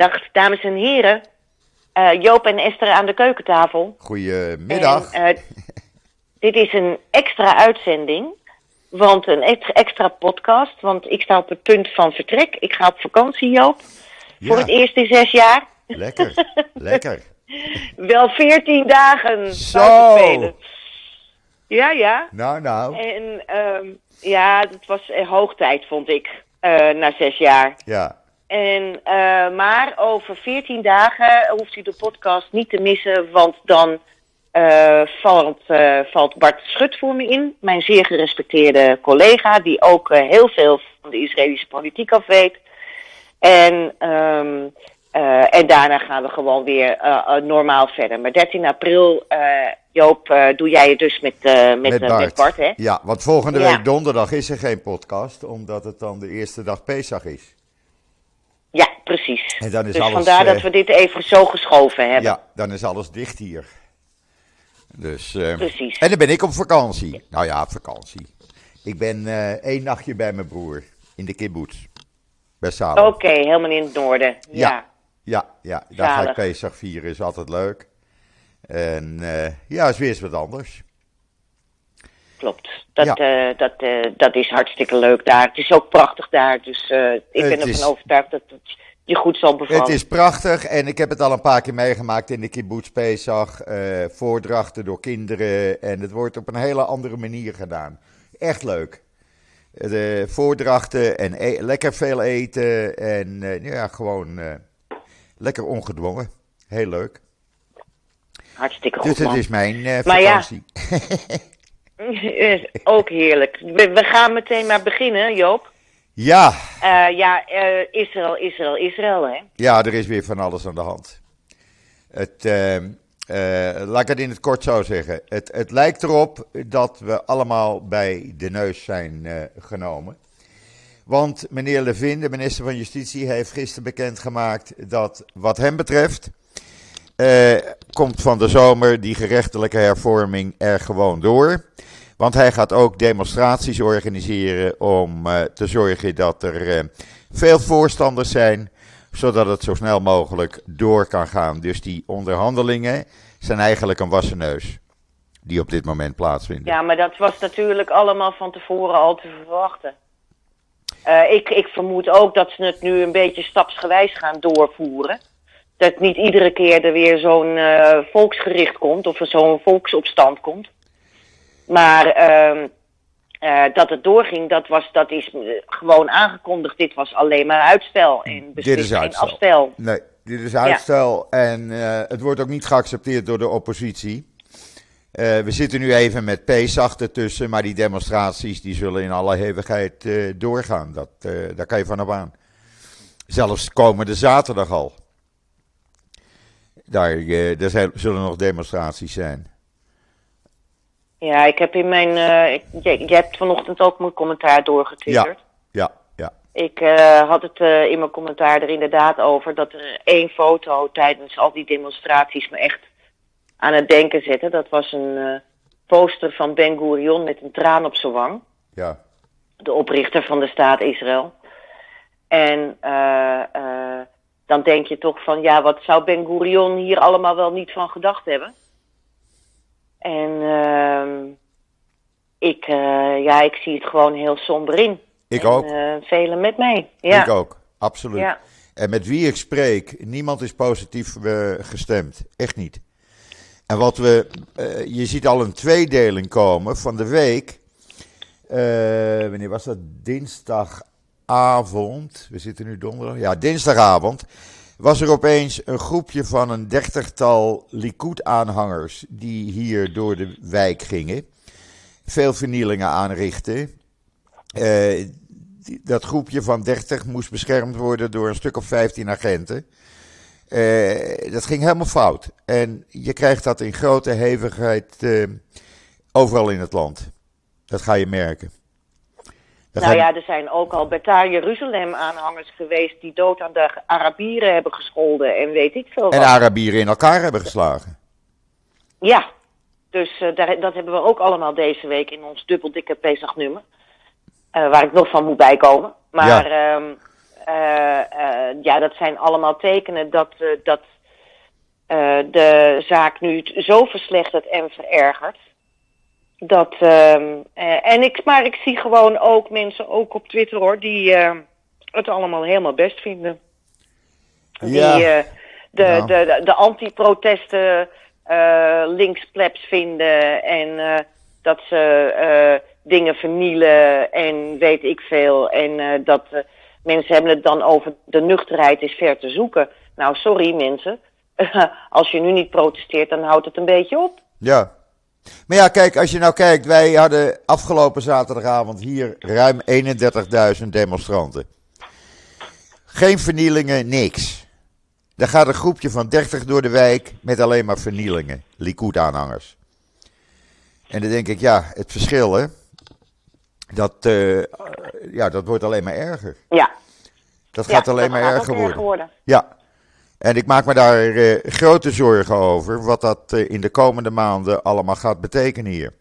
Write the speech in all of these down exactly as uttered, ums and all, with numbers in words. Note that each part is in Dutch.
Dag, dames en heren. Uh, Joop en Esther aan de keukentafel. Goedemiddag. En, uh, dit is een extra uitzending, want een extra podcast, want ik sta op het punt van vertrek. Ik ga op vakantie, Joop, ja. Voor het eerst in zes jaar. Lekker, lekker. Wel veertien dagen Zo. Spelen. Ja, ja. Nou, nou. En um, ja, het was uh, hoog tijd, vond ik, uh, na zes jaar. Ja. En, uh, maar over veertien dagen hoeft u de podcast niet te missen, want dan uh, valt, uh, valt Bart Schut voor me in. Mijn zeer gerespecteerde collega, die ook uh, heel veel van de Israëlische politiek af weet. En, um, uh, en daarna gaan we gewoon weer uh, uh, normaal verder. Maar dertien april, uh, Joop, uh, doe jij het dus met, uh, met, met, uh, Bart. met Bart, hè? Ja, want volgende ja. week donderdag is er geen podcast, omdat het dan de eerste dag Pesach is. Ja, precies. En dan is dus alles, vandaar uh, dat we dit even zo geschoven hebben. Ja, dan is alles dicht hier. Dus, uh, precies. En dan ben ik op vakantie. Nou ja, op vakantie. Ik ben uh, één nachtje bij mijn broer in de kibbutz. Bij Salem. Oké, okay, helemaal in het noorden. Ja, ja, ja. ja. Daar ga ik Pesach vieren, is altijd leuk. En uh, ja, is weer eens wat anders. Klopt, dat, ja. uh, dat, uh, dat is hartstikke leuk daar. Het is ook prachtig daar, dus uh, ik ben ervan is... overtuigd dat het je goed zal bevallen. Het is prachtig en ik heb het al een paar keer meegemaakt in de kibbutz Pesach. Uh, voordrachten door kinderen en het wordt op een hele andere manier gedaan. Echt leuk. De voordrachten en e- lekker veel eten en uh, ja, gewoon uh, lekker ongedwongen. Heel leuk. Hartstikke goed, Dus het man. is mijn uh, vakantie. Ja. Ook heerlijk. We, we gaan meteen maar beginnen, Joop. Ja. Uh, ja, uh, Israël, Israël, Israël, hè? Ja, er is weer van alles aan de hand. Het, uh, uh, laat ik het in het kort zo zeggen. Het, het lijkt erop dat we allemaal bij de neus zijn uh, genomen. Want meneer Levin, de minister van Justitie, heeft gisteren bekendgemaakt dat wat hem betreft... Uh, komt van de zomer die gerechtelijke hervorming er gewoon door. Want hij gaat ook demonstraties organiseren om uh, te zorgen dat er uh, veel voorstanders zijn, zodat het zo snel mogelijk door kan gaan. Dus die onderhandelingen zijn eigenlijk een wassen neus die op dit moment plaatsvinden. Ja, maar dat was natuurlijk allemaal van tevoren al te verwachten. Uh, ik, ik vermoed ook dat ze het nu een beetje stapsgewijs gaan doorvoeren. Dat niet iedere keer er weer zo'n uh, volksgericht komt of er zo'n volksopstand komt. Maar uh, uh, dat het doorging, dat, was, dat is uh, gewoon aangekondigd. Dit was alleen maar uitstel en beslist geen afstel. Nee, dit is uitstel ja. en uh, het wordt ook niet geaccepteerd door de oppositie. Uh, we zitten nu even met Pesach ertussen, maar die demonstraties die zullen in alle hevigheid uh, doorgaan. Dat, uh, daar kan je van op aan. Zelfs komende zaterdag al. Daar, uh, er zijn, zullen nog demonstraties zijn. Ja, ik heb in mijn... Uh, ik, je, je hebt vanochtend ook mijn commentaar doorgetwitterd. Ja, ja, ja. Ik uh, had het uh, in mijn commentaar er inderdaad over dat er één foto tijdens al die demonstraties me echt aan het denken zette. Dat was een uh, poster van Ben Gurion met een traan op zijn wang. Ja. De oprichter van de staat Israël. En... Uh, uh, dan denk je toch van, ja, wat zou Ben Gurion hier allemaal wel niet van gedacht hebben? En uh, ik, uh, ja, ik zie het gewoon heel somber in. Ik en, ook. Uh, velen met mij. Ja. Ik ook, absoluut. Ja. En met wie ik spreek, niemand is positief uh, gestemd. Echt niet. En wat we, uh, je ziet al een tweedeling komen van de week. Uh, wanneer was dat? Dinsdag. Avond, we zitten nu donderdag, ja, dinsdagavond, was er opeens een groepje van een dertigtal Likud-aanhangers die hier door de wijk gingen. Veel vernielingen aanrichten. Uh, die, dat groepje van dertig moest beschermd worden door een stuk of vijftien agenten. Uh, dat ging helemaal fout. En je krijgt dat in grote hevigheid uh, overal in het land. Dat ga je merken. Dat nou ja, er zijn ook al Beta Jeruzalem aanhangers geweest die dood aan de Arabieren hebben gescholden en weet ik veel wat. En Arabieren in elkaar hebben geslagen. Ja, dus uh, daar, dat hebben we ook allemaal deze week in ons dubbeldikke Pesach-nummer. Uh, waar ik nog van moet bijkomen. Maar ja. uh, uh, uh, ja, dat zijn allemaal tekenen dat, uh, dat uh, de zaak nu zo verslechtert en verergert. Dat, uh, uh, en ik, maar ik zie gewoon ook mensen, ook op Twitter hoor, die uh, het allemaal helemaal best vinden. Ja. Die uh, de, ja. de, de, de anti-protesten uh, linksplebs vinden en uh, dat ze uh, dingen vernielen en weet ik veel. En uh, dat uh, mensen hebben het dan over de nuchterheid is ver te zoeken. Nou, sorry mensen. Uh, als je nu niet protesteert, dan houdt het een beetje op. Ja. Maar ja, kijk, als je nou kijkt, wij hadden afgelopen zaterdagavond hier ruim eenendertigduizend demonstranten. Geen vernielingen, niks. Dan gaat een groepje van dertig door de wijk met alleen maar vernielingen. Likud-aanhangers. En dan denk ik, ja, het verschil, hè. Dat, uh, ja, dat wordt alleen maar erger. Ja. Dat gaat ja, alleen dat maar gaat erger worden. worden. Ja. En ik maak me daar uh, grote zorgen over, wat dat uh, in de komende maanden allemaal gaat betekenen hier.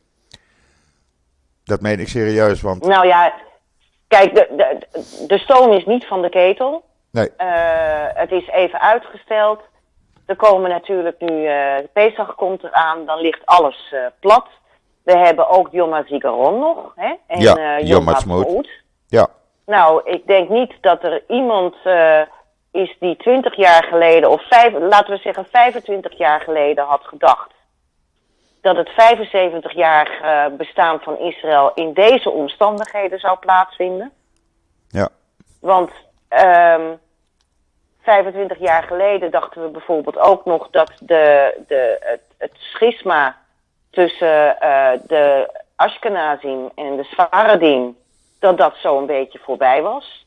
Dat meen ik serieus, want... Nou ja, kijk, de, de, de stoom is niet van de ketel. Nee. Uh, het is even uitgesteld. Er komen natuurlijk nu, uh, Pesach komt eraan, dan ligt alles uh, plat. We hebben ook Yom HaZikaron nog, hè? En ja, uh, Yom HaTzmaut. Ja. Nou, ik denk niet dat er iemand uh, is die twintig jaar geleden, of vijf, laten we zeggen vijfentwintig jaar geleden had gedacht dat het vijfenzeventig-jarig uh, bestaan van Israël in deze omstandigheden zou plaatsvinden. Ja. Want um, vijfentwintig jaar geleden dachten we bijvoorbeeld ook nog dat de, de, het, het schisma tussen uh, de Ashkenazim en de Sfaradim, dat dat zo een beetje voorbij was.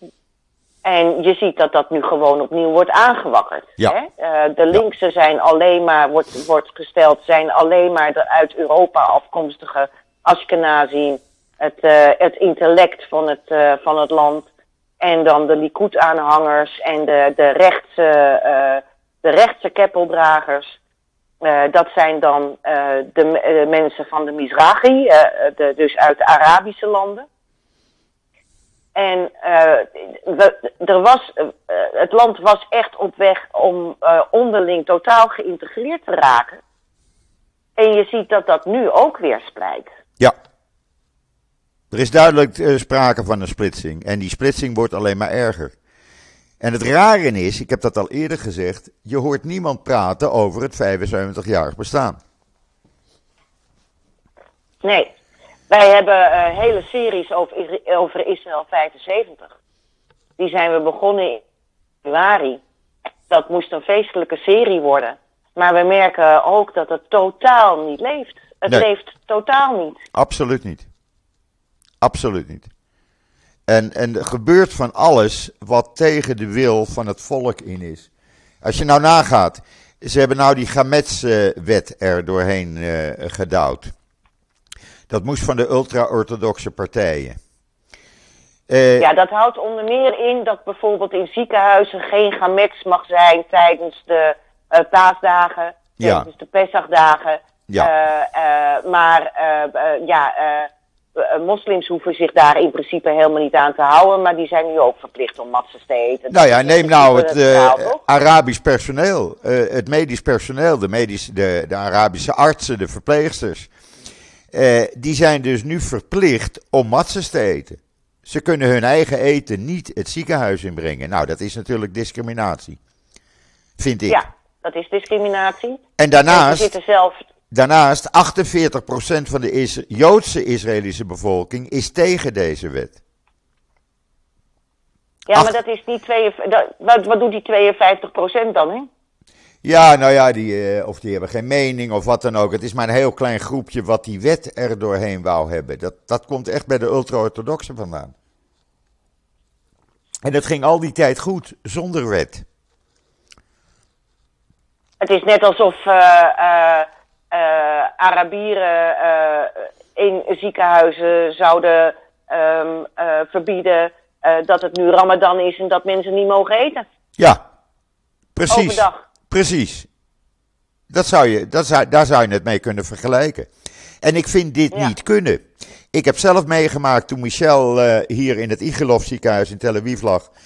En je ziet dat dat nu gewoon opnieuw wordt aangewakkerd. Ja. Hè? Uh, de linkse zijn alleen maar, wordt, wordt gesteld, zijn alleen maar de uit Europa afkomstige Ashkenazim, het, uh, het intellect van het, uh, van het land. En dan de Likud-aanhangers en de, de rechtse, uh, de rechtse keppeldragers. Uh, dat zijn dan uh, de, de mensen van de Mizrahi, uh, de, dus uit de Arabische landen. En uh, we, er was, uh, het land was echt op weg om uh, onderling totaal geïntegreerd te raken. En je ziet dat dat nu ook weer splijt. Ja. Er is duidelijk uh, sprake van een splitsing. En die splitsing wordt alleen maar erger. En het rare is, ik heb dat al eerder gezegd, je hoort niemand praten over het vijfenzeventig-jarig bestaan. Nee. Wij hebben uh, hele series over, over Israël vijfenzeventig. Die zijn we begonnen in januari. Dat moest een feestelijke serie worden. Maar we merken ook dat het totaal niet leeft. Het nee. leeft totaal niet. Absoluut niet. Absoluut niet. En, en er gebeurt van alles wat tegen de wil van het volk in is. Als je nou nagaat, ze hebben nou die Gamets-wet er doorheen uh, gedouwd. Dat moest van de ultra-orthodoxe partijen. Uh, ja, dat houdt onder meer in dat bijvoorbeeld in ziekenhuizen geen gamets mag zijn tijdens de uh, paasdagen, ja. tijdens de Pesachdagen. Ja. Uh, uh, maar uh, uh, ja, uh, uh, moslims hoeven zich daar in principe helemaal niet aan te houden, maar die zijn nu ook verplicht om matzes te eten. Nou ja, neem nou het uh, Arabisch personeel, uh, het medisch personeel, de, medisch, de, de Arabische artsen, de verpleegsters. Uh, die zijn dus nu verplicht om matzes te eten. Ze kunnen hun eigen eten niet het ziekenhuis inbrengen. Nou, dat is natuurlijk discriminatie. Vind ik. Ja, dat is discriminatie. En daarnaast, en zelf... daarnaast achtenveertig procent van de is, Joodse Israëlische bevolking is tegen deze wet. Ja, Ach... maar dat is niet tweeënvijftig, dat, wat, wat doet die tweeënvijftig procent dan, hè? Ja, nou ja, die, uh, of die hebben geen mening of wat dan ook. Het is maar een heel klein groepje wat die wet er doorheen wou hebben. Dat, dat komt echt bij de ultra-orthodoxen vandaan. En dat ging al die tijd goed, zonder wet. Het is net alsof uh, uh, uh, Arabieren uh, in ziekenhuizen zouden um, uh, verbieden uh, dat het nu Ramadan is en dat mensen niet mogen eten. Ja, precies. Overdag. Precies. Dat zou je, dat zou, daar zou je het mee kunnen vergelijken. En ik vind dit ja. niet kunnen. Ik heb zelf meegemaakt toen Michel uh, hier in het Igelov ziekenhuis in Tel Aviv lag.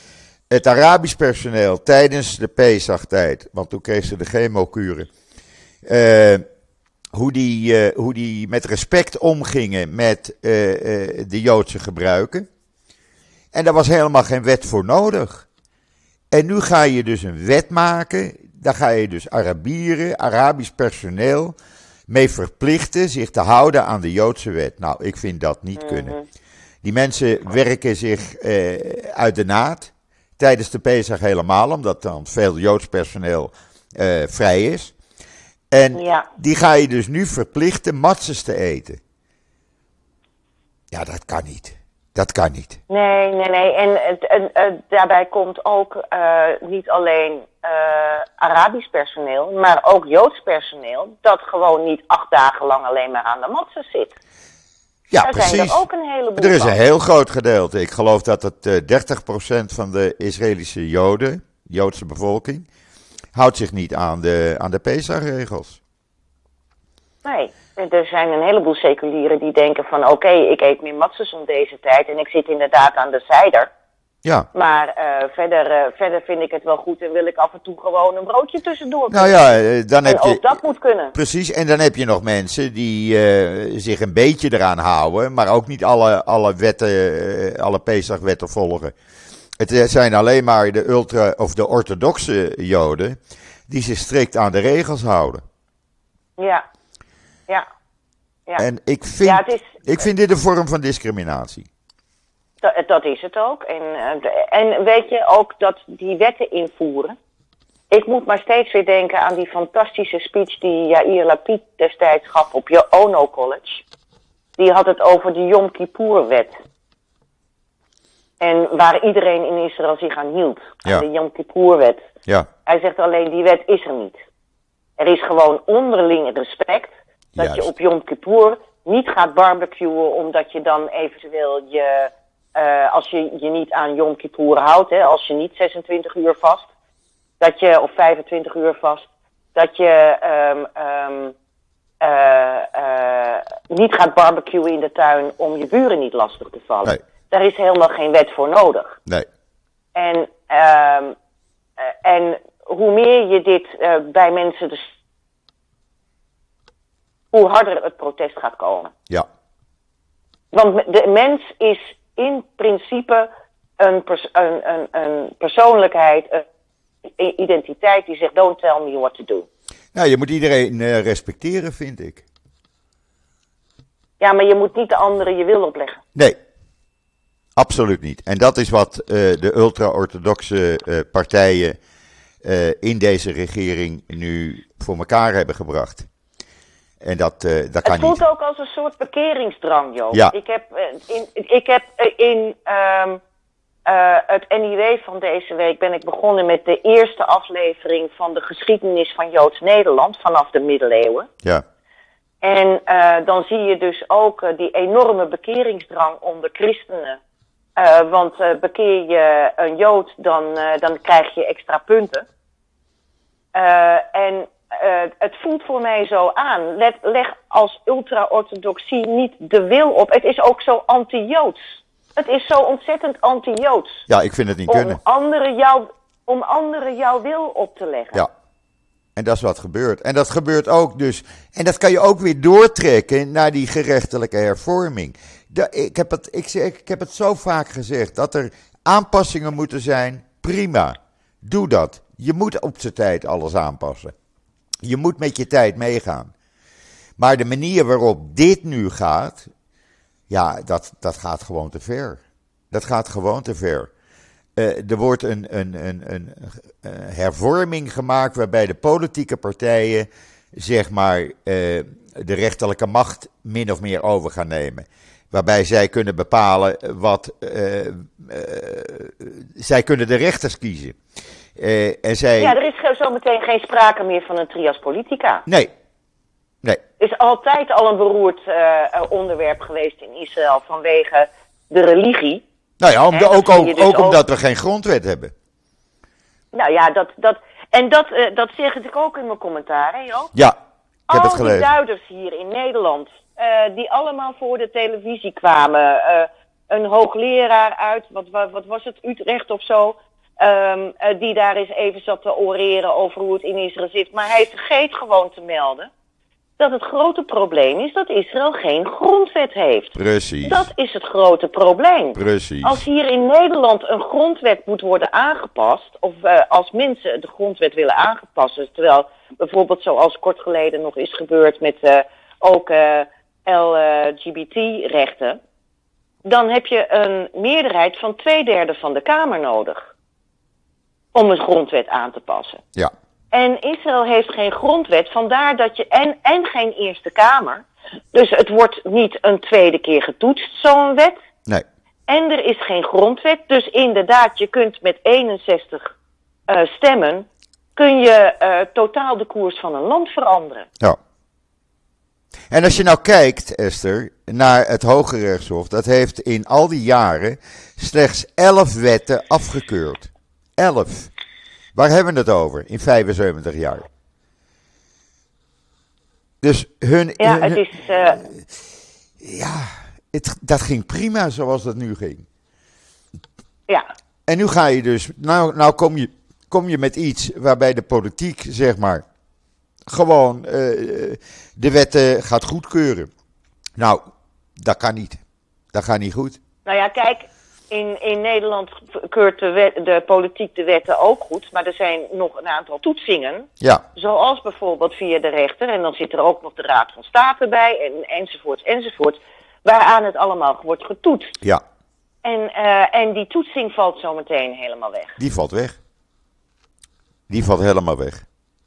het Arabisch personeel tijdens de Pesachtijd, want toen kreeg ze de chemokuren, uh, hoe, die, uh, hoe die met respect omgingen met uh, uh, de Joodse gebruiken. En daar was helemaal geen wet voor nodig. En nu ga je dus een wet maken, daar ga je dus Arabieren, Arabisch personeel mee verplichten zich te houden aan de Joodse wet. Nou, ik vind dat niet mm-hmm. kunnen. Die mensen werken zich uh, uit de naad. Tijdens de Pesach helemaal, omdat dan veel Joods personeel uh, vrij is. En ja. die ga je dus nu verplichten matzes te eten. Ja, dat kan niet. Dat kan niet. Nee, nee, nee. En, en, en, en daarbij komt ook uh, niet alleen uh, Arabisch personeel, maar ook Joods personeel, dat gewoon niet acht dagen lang alleen maar aan de matzes zit. Ja, Daar precies. zijn er ook een heleboel Er is van. een heel groot gedeelte. Ik geloof dat het uh, dertig procent van de Israëlische Joden, Joodse bevolking, houdt zich niet aan de, aan de Pesach-regels. Nee, er zijn een heleboel seculieren die denken van oké, okay, ik eet meer matzes om deze tijd en ik zit inderdaad aan de zijder. Ja. Maar uh, verder, uh, verder vind ik het wel goed en wil ik af en toe gewoon een broodje tussendoor. Nou ja, dan heb en je, ook dat moet kunnen. Precies, en dan heb je nog mensen die uh, zich een beetje eraan houden, maar ook niet alle, alle wetten, uh, alle Pesach-wetten volgen. Het zijn alleen maar de ultra of de orthodoxe Joden die zich strikt aan de regels houden. Ja, ja, ja. En ik vind, ja, het is, ik vind dit een vorm van discriminatie. Dat, dat is het ook. En, en weet je ook dat die wetten invoeren. Ik moet maar steeds weer denken aan die fantastische speech die Yair Lapid destijds gaf op je Ono College. Die had het over de Yom Kippur-wet. En waar iedereen in Israël zich aan hield. Aan ja. de Yom Kippur-wet. Ja. Hij zegt alleen, die wet is er niet. Er is gewoon onderling respect. Dat Juist. je op Yom Kippur niet gaat barbecuen omdat je dan eventueel je... Uh, als je je niet aan Yom Kippur houdt, hè, als je niet zesentwintig uur vast, dat je, of vijfentwintig uur vast, dat je um, um, uh, uh, niet gaat barbecuen in de tuin om je buren niet lastig te vallen. Nee. Daar is helemaal geen wet voor nodig. Nee. En, um, uh, en hoe meer je dit uh, bij mensen, dus, hoe harder het protest gaat komen. Ja. Want de mens is in principe een, pers- een, een, een persoonlijkheid, een identiteit die zegt, don't tell me what to do. Nou, je moet iedereen uh, respecteren, vind ik. Ja, maar je moet niet de anderen je wil opleggen. Nee, absoluut niet. En dat is wat uh, de ultra-orthodoxe uh, partijen uh, in deze regering nu voor elkaar hebben gebracht. En dat, uh, dat kan het voelt niet. ook als een soort bekeringsdrang, Joop. Ja. Ik heb uh, in, ik heb, uh, in um, uh, het N I W van deze week ben ik begonnen met de eerste aflevering van de geschiedenis van Joods Nederland vanaf de middeleeuwen. Ja. En uh, dan zie je dus ook uh, die enorme bekeringsdrang onder christenen. Uh, want uh, bekeer je een Jood, dan, uh, dan krijg je extra punten. Uh, en Uh, het voelt voor mij zo aan. Let, leg als ultra-orthodoxie niet de wil op. Het is ook zo anti-Joods. Het is zo ontzettend anti-Joods. Ja, ik vind het niet om kunnen. Anderen jou, om anderen jouw wil op te leggen. Ja, en dat is wat gebeurt. En dat gebeurt ook dus. En dat kan je ook weer doortrekken naar die gerechtelijke hervorming. De, ik, heb het, ik, zeg, ik heb het zo vaak gezegd. Dat er aanpassingen moeten zijn. Prima. Doe dat. Je moet op z'n tijd alles aanpassen. Je moet met je tijd meegaan. Maar de manier waarop dit nu gaat, ja, dat, dat gaat gewoon te ver. Dat gaat gewoon te ver. Uh, er wordt een, een, een, een, een hervorming gemaakt waarbij de politieke partijen, zeg maar, uh, de rechterlijke macht min of meer over gaan nemen. Waarbij zij kunnen bepalen wat, uh, uh, zij kunnen de rechters kiezen. Uh, en zij... Ja, er is zo meteen geen sprake meer van een trias politica. Nee. Nee. Het is altijd al een beroerd uh, onderwerp geweest in Israël vanwege de religie. Nou ja, om de, ook, ook, dus ook omdat we geen grondwet hebben. Nou ja, dat, dat, en dat, uh, dat zeg ik ook in mijn commentaar, hè joh? Ja, ik heb al het gelezen. Al die duiders hier in Nederland, uh, die allemaal voor de televisie kwamen. Uh, een hoogleraar uit, wat, wat, wat was het, Utrecht of zo... Um, uh, die daar eens even zat te oreren over hoe het in Israël zit. Maar hij vergeet gewoon te melden dat het grote probleem is dat Israël geen grondwet heeft. Precies. Dat is het grote probleem. Precies. Als hier in Nederland een grondwet moet worden aangepast, of uh, als mensen de grondwet willen aanpassen, terwijl bijvoorbeeld zoals kort geleden nog is gebeurd met uh, ook uh, L G B T-rechten, dan heb je een meerderheid van twee derde van de Kamer nodig om een grondwet aan te passen. Ja. En Israël heeft geen grondwet, vandaar dat je en, en geen Eerste Kamer. Dus het wordt niet een tweede keer getoetst, zo'n wet. Nee. En er is geen grondwet, dus inderdaad, je kunt met eenenzestig uh, stemmen, kun je uh, totaal de koers van een land veranderen. Ja. En als je nou kijkt, Esther, naar het Hoge Rechtshof, dat heeft in al die jaren slechts elf wetten afgekeurd. Elf. Waar hebben we het over in vijfenzeventig jaar? Dus hun... Ja, hun, het is... Uh... Ja, het, dat ging prima zoals dat nu ging. Ja. En nu ga je dus... Nou, nou kom, je, kom je met iets waarbij de politiek, zeg maar, gewoon uh, de wetten gaat goedkeuren. Nou, dat kan niet. Dat gaat niet goed. Nou ja, kijk... In, in Nederland keurt de, wet, de politiek de wetten ook goed, maar er zijn nog een aantal toetsingen. Ja. Zoals bijvoorbeeld via de rechter, en dan zit er ook nog de Raad van State bij, en, enzovoort, enzovoort, waaraan het allemaal wordt getoetst. Ja. En, uh, en die toetsing valt zo meteen helemaal weg. Die valt weg. Die valt helemaal weg.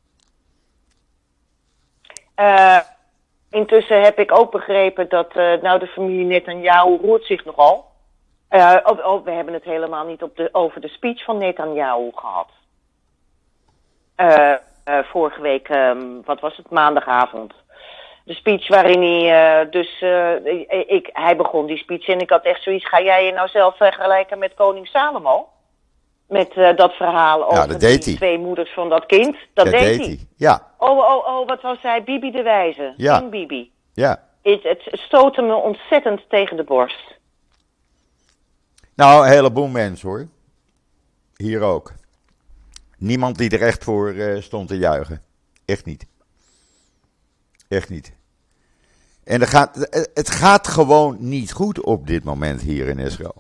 Uh, intussen heb ik ook begrepen dat, uh, nou de familie Netanyahu roert zich nogal. Uh, oh, oh, we hebben het helemaal niet op de, over de speech van Netanyahu gehad. Uh, uh, vorige week, um, wat was het, maandagavond. De speech waarin hij uh, dus, uh, ik, hij begon die speech en ik had echt zoiets, ga jij je nou zelf vergelijken met koning Salomo? Met uh, dat verhaal over ja, dat deed die hij. twee moeders van dat kind. Dat, dat deed, deed hij. hij. Ja. Oh, oh, oh, wat was hij? Bibi de Wijze. Ja. King Bibi. Ja. Het, het stootte me ontzettend tegen de borst. Nou, een heleboel mensen hoor. Hier ook. Niemand die er echt voor uh, stond te juichen. Echt niet. Echt niet. En er gaat, het gaat gewoon niet goed op dit moment hier in Israël.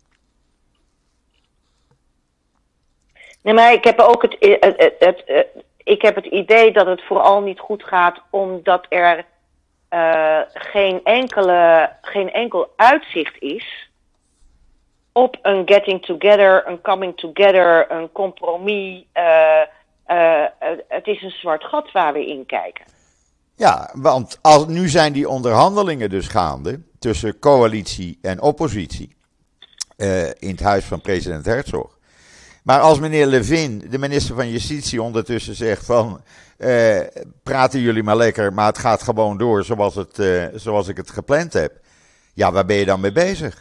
Nee, maar ik heb ook het, het, het, het, het, ik heb het idee dat het vooral niet goed gaat omdat er uh, geen, enkele, geen enkel uitzicht is op een getting together, een coming together, een compromis. Uh, uh, het is een zwart gat waar we in kijken. Ja, want als, nu zijn die onderhandelingen dus gaande tussen coalitie en oppositie uh, in het huis van president Herzog. Maar als meneer Levin, de minister van Justitie, ondertussen zegt van uh, praten jullie maar lekker, maar het gaat gewoon door zoals, het, uh, zoals ik het gepland heb. Ja, waar ben je dan mee bezig?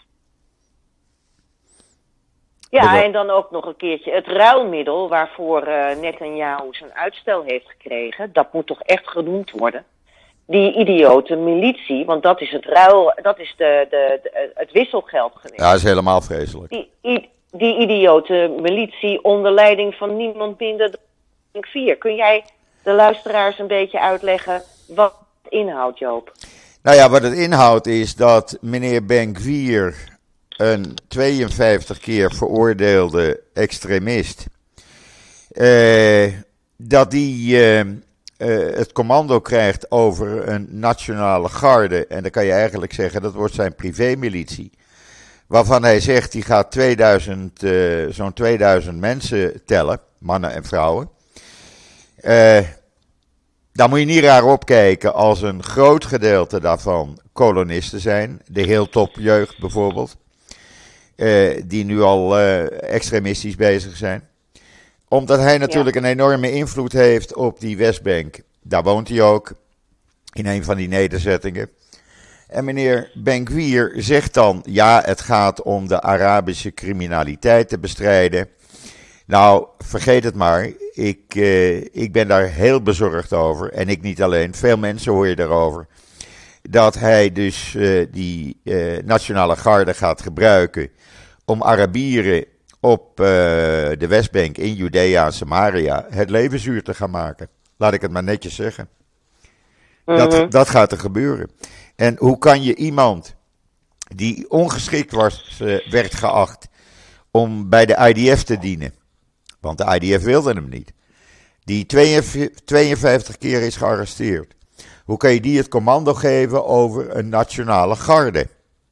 Ja, en dan ook nog een keertje het ruilmiddel waarvoor uh, Netanyahu zijn uitstel heeft gekregen. Dat moet toch echt genoemd worden. Die idiote militie, want dat is het ruil, dat is de, de, de, het wisselgeld geweest. Ja, dat is helemaal vreselijk. Die, die, die idiote militie onder leiding van niemand minder dan vier. Kun jij de luisteraars een beetje uitleggen wat het inhoudt, Joop? Nou ja, wat het inhoudt is dat meneer Ben-Gvir, een tweeënvijftig keer veroordeelde extremist, uh, dat die uh, uh, het commando krijgt over een nationale garde. En dan kan je eigenlijk zeggen, dat wordt zijn privémilitie. Waarvan hij zegt, die gaat tweeduizend, uh, zo'n tweeduizend mensen tellen, mannen en vrouwen. Uh, daar moet je niet raar opkijken als een groot gedeelte daarvan kolonisten zijn. De heel topjeugd bijvoorbeeld. Uh, die nu al uh, extremistisch bezig zijn. Omdat hij natuurlijk ja. een enorme invloed heeft op die Westbank. Daar woont hij ook, in een van die nederzettingen. En meneer Ben-Gvir zegt dan, ja, het gaat om de Arabische criminaliteit te bestrijden. Nou, vergeet het maar. Ik, uh, ik ben daar heel bezorgd over. En ik niet alleen, veel mensen hoor je daarover. Dat hij dus uh, die uh, nationale garde gaat gebruiken om Arabieren op uh, de Westbank in Judea en Samaria het leven zuur te gaan maken. Laat ik het maar netjes zeggen. Mm-hmm. Dat, dat gaat er gebeuren. En hoe kan je iemand die ongeschikt was, uh, werd geacht om bij de I D F te dienen, want de I D F wilde hem niet, die tweeënvijftig keer is gearresteerd, hoe kan je die het commando geven over een nationale garde?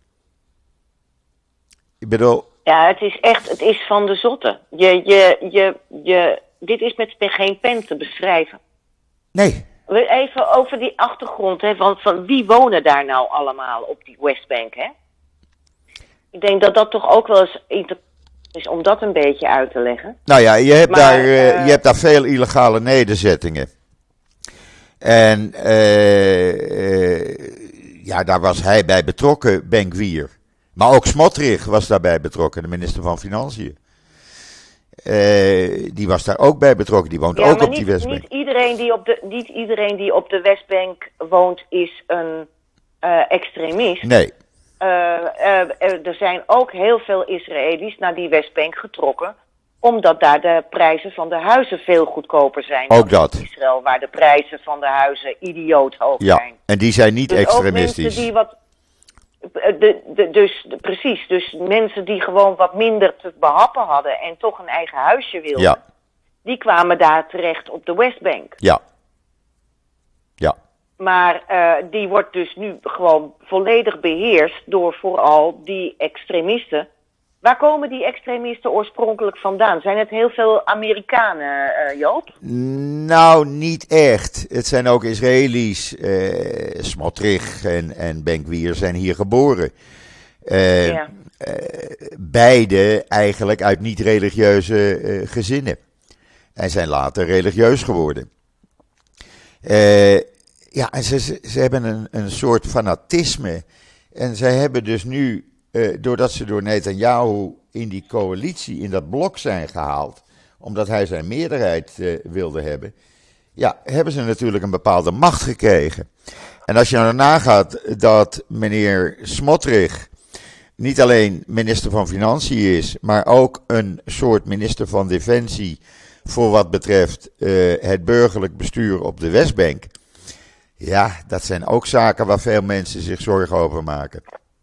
Ik bedoel... Ja, het is echt, het is van de zotte. Je, je, je, je, dit is met geen pen te beschrijven. Nee. Even over die achtergrond, hè, van, van wie wonen daar nou allemaal op die Westbank, hè? Ik denk dat dat toch ook wel eens inter- is om dat een beetje uit te leggen. Nou ja, je hebt, maar, daar, uh, uh, je hebt daar veel illegale nederzettingen. En uh, uh, ja, daar was hij bij betrokken, Ben-Gvir. Maar ook Smotrich was daarbij betrokken, de minister van Financiën. Uh, die was daar ook bij betrokken, die woont ja, ook op niet, die Westbank. Niet iedereen die op de, niet iedereen die op de Westbank woont is een uh, extremist. Nee. Uh, uh, er zijn ook heel veel Israëli's naar die Westbank getrokken, omdat daar de prijzen van de huizen veel goedkoper zijn. Ook dat. In Israël, waar de prijzen van de huizen idioot hoog ja, zijn. En die zijn niet dus extremistisch. Ook mensen die wat, de, de, dus de, precies, dus mensen die gewoon wat minder te behappen hadden en toch een eigen huisje wilden, ja. die kwamen daar terecht op de Westbank. Ja. Ja. Maar uh, die wordt dus nu gewoon volledig beheerst door vooral die extremisten. Waar komen die extremisten oorspronkelijk vandaan? Zijn het heel veel Amerikanen, uh, Joop? Nou, niet echt. Het zijn ook Israëli's. Uh, Smotrich en, en Ben-Gvir zijn hier geboren. Uh, ja. uh, beide eigenlijk uit niet-religieuze uh, gezinnen. En zijn later religieus geworden. Uh, ja, en ze, ze hebben een, een soort fanatisme. En zij hebben dus nu... Uh, doordat ze door Netanyahu in die coalitie, in dat blok zijn gehaald, omdat hij zijn meerderheid uh, wilde hebben, ja, hebben ze natuurlijk een bepaalde macht gekregen. En als je nou nagaat dat meneer Smotrich niet alleen minister van Financiën is, maar ook een soort minister van Defensie voor wat betreft uh, het burgerlijk bestuur op de Westbank. Ja, dat zijn ook zaken waar veel mensen zich zorgen over maken.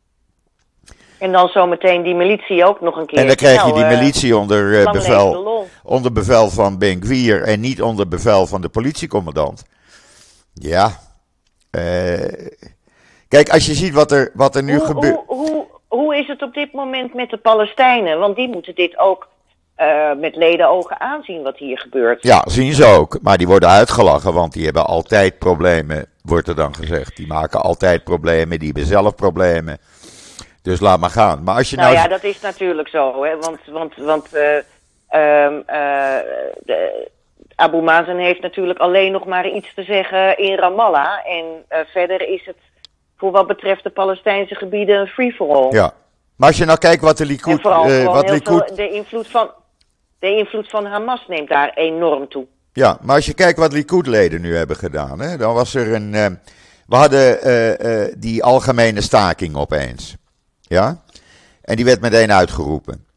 En dan zometeen die militie ook nog een keer. En dan krijg je nou, die militie onder, uh, bevel, onder onder bevel van Ben-Gvir en niet onder bevel van de politiecommandant. Ja. Uh, kijk, als je ziet wat er, wat er nu gebeurt. Hoe, hoe, hoe is het op dit moment met de Palestijnen? Want die moeten dit ook uh, met ledenogen aanzien wat hier gebeurt. Ja, zien ze ook. Maar die worden uitgelachen, want die hebben altijd problemen, wordt er dan gezegd. Die maken altijd problemen, die hebben zelf problemen. Dus laat maar gaan. Maar als je nou, nou ja, dat is natuurlijk zo. Hè? Want, want, want uh, um, uh, de, Abu Mazen heeft natuurlijk alleen nog maar iets te zeggen in Ramallah. En uh, verder is het voor wat betreft de Palestijnse gebieden een free-for-all. Ja, maar als je nou kijkt wat de Likud... En vooral uh, wat Likud... veel, de, invloed van, de invloed van Hamas neemt daar enorm toe. Ja, maar als je kijkt wat Likud-leden nu hebben gedaan, hè, dan was er een... Uh, we hadden uh, uh, die algemene staking opeens. Ja, en die werd meteen uitgeroepen.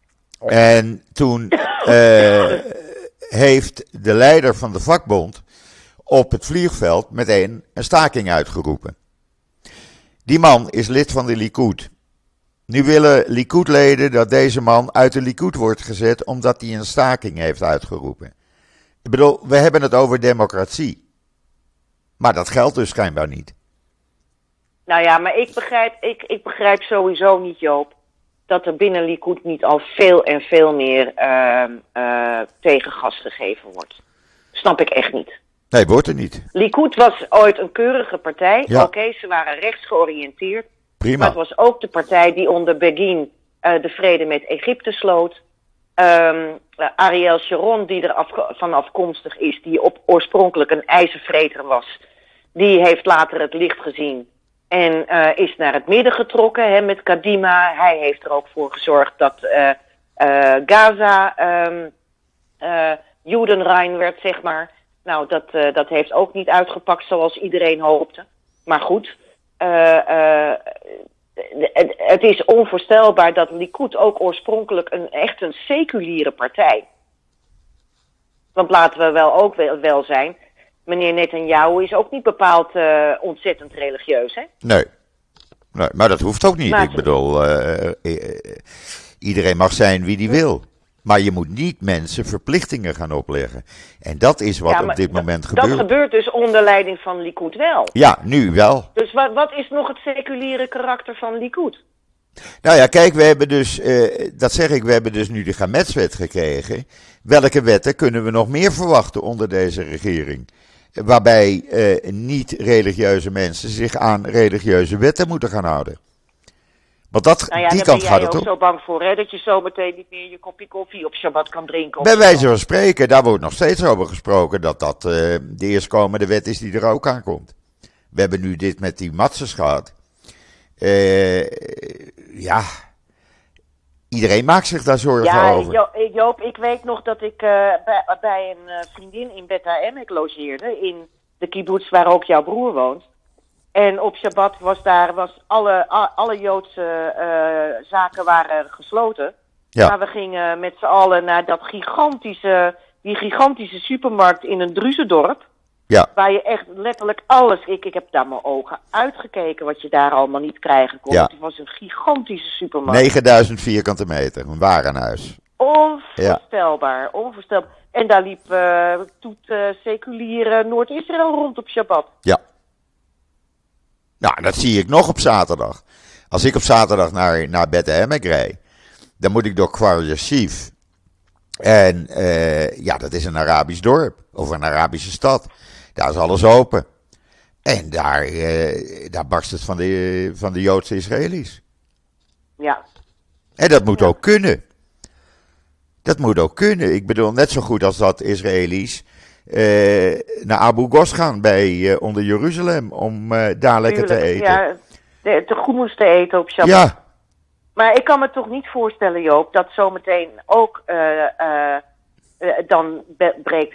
En toen uh, heeft de leider van de vakbond op het vliegveld meteen een staking uitgeroepen. Die man is lid van de Likud. Nu willen Likud-leden dat deze man uit de Likud wordt gezet omdat hij een staking heeft uitgeroepen. Ik bedoel, we hebben het over democratie. Maar dat geldt dus schijnbaar niet. Nou ja, maar ik begrijp, ik, ik begrijp sowieso niet, Joop, dat er binnen Likud niet al veel en veel meer uh, uh, tegengas gegeven wordt. Snap ik echt niet. Nee, wordt er niet. Likud was ooit een keurige partij. Ja. Oké, okay, ze waren rechts georiënteerd. Prima. Maar het was ook de partij die onder Begin uh, de vrede met Egypte sloot. Um, uh, Ariel Sharon, die er af, van afkomstig is, die op, oorspronkelijk een ijzervreter was, die heeft later het licht gezien. En uh, is naar het midden getrokken hè, met Kadima. Hij heeft er ook voor gezorgd dat uh, uh, Gaza um, uh, Judenrein werd, zeg maar. Nou, dat, uh, dat heeft ook niet uitgepakt zoals iedereen hoopte. Maar goed, uh, uh, het, het is onvoorstelbaar dat Likud ook oorspronkelijk een, echt een seculiere partij. Want laten we wel ook wel, wel zijn, meneer Netanyahu is ook niet bepaald uh, ontzettend religieus, hè? Nee. nee, maar dat hoeft ook niet. Maar, ik bedoel, uh, uh, iedereen mag zijn wie die wil. Maar je moet niet mensen verplichtingen gaan opleggen. En dat is wat ja, op dit moment d- gebeurt. Dat gebeurt dus onder leiding van Likud wel. Ja, nu wel. Dus wat, wat is nog het seculiere karakter van Likud? Nou ja, kijk, we hebben dus, uh, dat zeg ik, we hebben dus nu de Gametswet gekregen. Welke wetten kunnen we nog meer verwachten onder deze regering? Waarbij uh, niet-religieuze mensen zich aan religieuze wetten moeten gaan houden. Want dat, nou ja, die kant gaat het om. Daar ben jij ook zo bang voor, hè? Dat je zo meteen niet meer je kopje koffie op Shabbat kan drinken. Bij wijze van spreken, daar wordt nog steeds over gesproken dat dat uh, de eerstkomende wet is die er ook aankomt. We hebben nu dit met die matzes gehad. Uh, ja, iedereen maakt zich daar zorgen ja, over. Ja, jo- Joop, ik weet nog dat ik uh, bij, bij een uh, vriendin in Bet Ha'emek logeerde, in de kibbutz waar ook jouw broer woont. En op Shabbat was daar, was alle, alle Joodse uh, zaken waren gesloten. Ja. Maar we gingen met z'n allen naar dat gigantische, die gigantische supermarkt in een Druzendorp. Ja. Waar je echt letterlijk alles, ik, ik heb daar mijn ogen uitgekeken wat je daar allemaal niet krijgen kon. Ja. Het was een gigantische supermarkt. negenduizend vierkante meter, een warenhuis. Onvoorstelbaar, ja. onvoorstelbaar. En daar liep uh, toet uh, seculiere Noord-Israël rond op Shabbat. Ja. Nou, dat zie ik nog op zaterdag. Als ik op zaterdag naar, naar Bet Ha'emek rijd, dan moet ik door Kfar Yashiv. En uh, ja, dat is een Arabisch dorp, of een Arabische stad. Daar is alles open. En daar, uh, daar barst het van de, van de Joodse Israëli's. Ja. En dat moet ja. ook kunnen. Dat moet ook kunnen. Ik bedoel, net zo goed als dat Israëli's uh, naar Abu Ghos gaan bij, uh, onder Jeruzalem om uh, daar lekker te eten. Ja, de, de hummus te eten op Shabbat. Ja. Maar ik kan me toch niet voorstellen, Joop, dat zometeen ook uh, uh, uh, dan be- breekt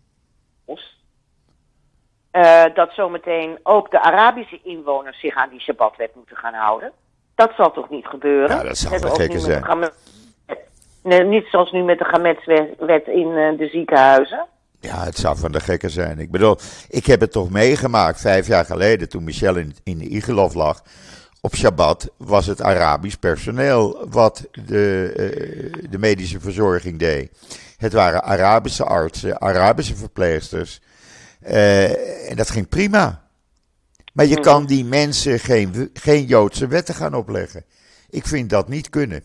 uh, dat zometeen ook de Arabische inwoners zich aan die Shabbatwet moeten gaan houden. Dat zal toch niet gebeuren? Ja, dat zou wel gekke zijn. Gamet, nee, niet zoals nu met de Gametswet in uh, de ziekenhuizen. Ja, het zou van de gekken zijn. Ik bedoel, ik heb het toch meegemaakt vijf jaar geleden toen Michel in, in de Igelov lag. Op Shabbat was het Arabisch personeel wat de, uh, de medische verzorging deed. Het waren Arabische artsen, Arabische verpleegsters. Uh, en dat ging prima. Maar je kan die mensen geen, geen Joodse wetten gaan opleggen. Ik vind dat niet kunnen.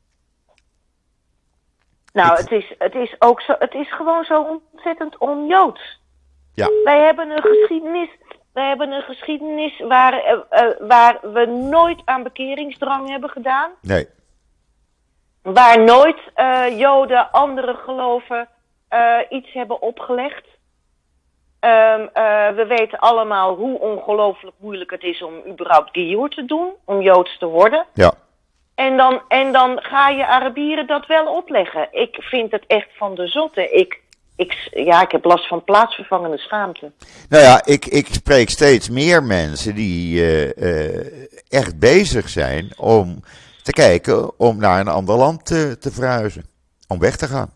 Nou, Ik... het, is, het is ook zo, het is gewoon zo ontzettend on-Joods. Ja. Wij hebben een geschiedenis... We hebben een geschiedenis waar, uh, uh, waar we nooit aan bekeringsdrang hebben gedaan. Nee. Waar nooit uh, Joden andere geloven uh, iets hebben opgelegd. Um, uh, we weten allemaal hoe ongelooflijk moeilijk het is om überhaupt Giyur te doen. Om Joods te worden. Ja. En dan, en dan ga je Arabieren dat wel opleggen. Ik vind het echt van de zotte. Ik... Ik, ja, ik heb last van plaatsvervangende schaamte. Nou ja, ik, ik spreek steeds meer mensen die uh, uh, echt bezig zijn om te kijken om naar een ander land te, te verhuizen. Om weg te gaan.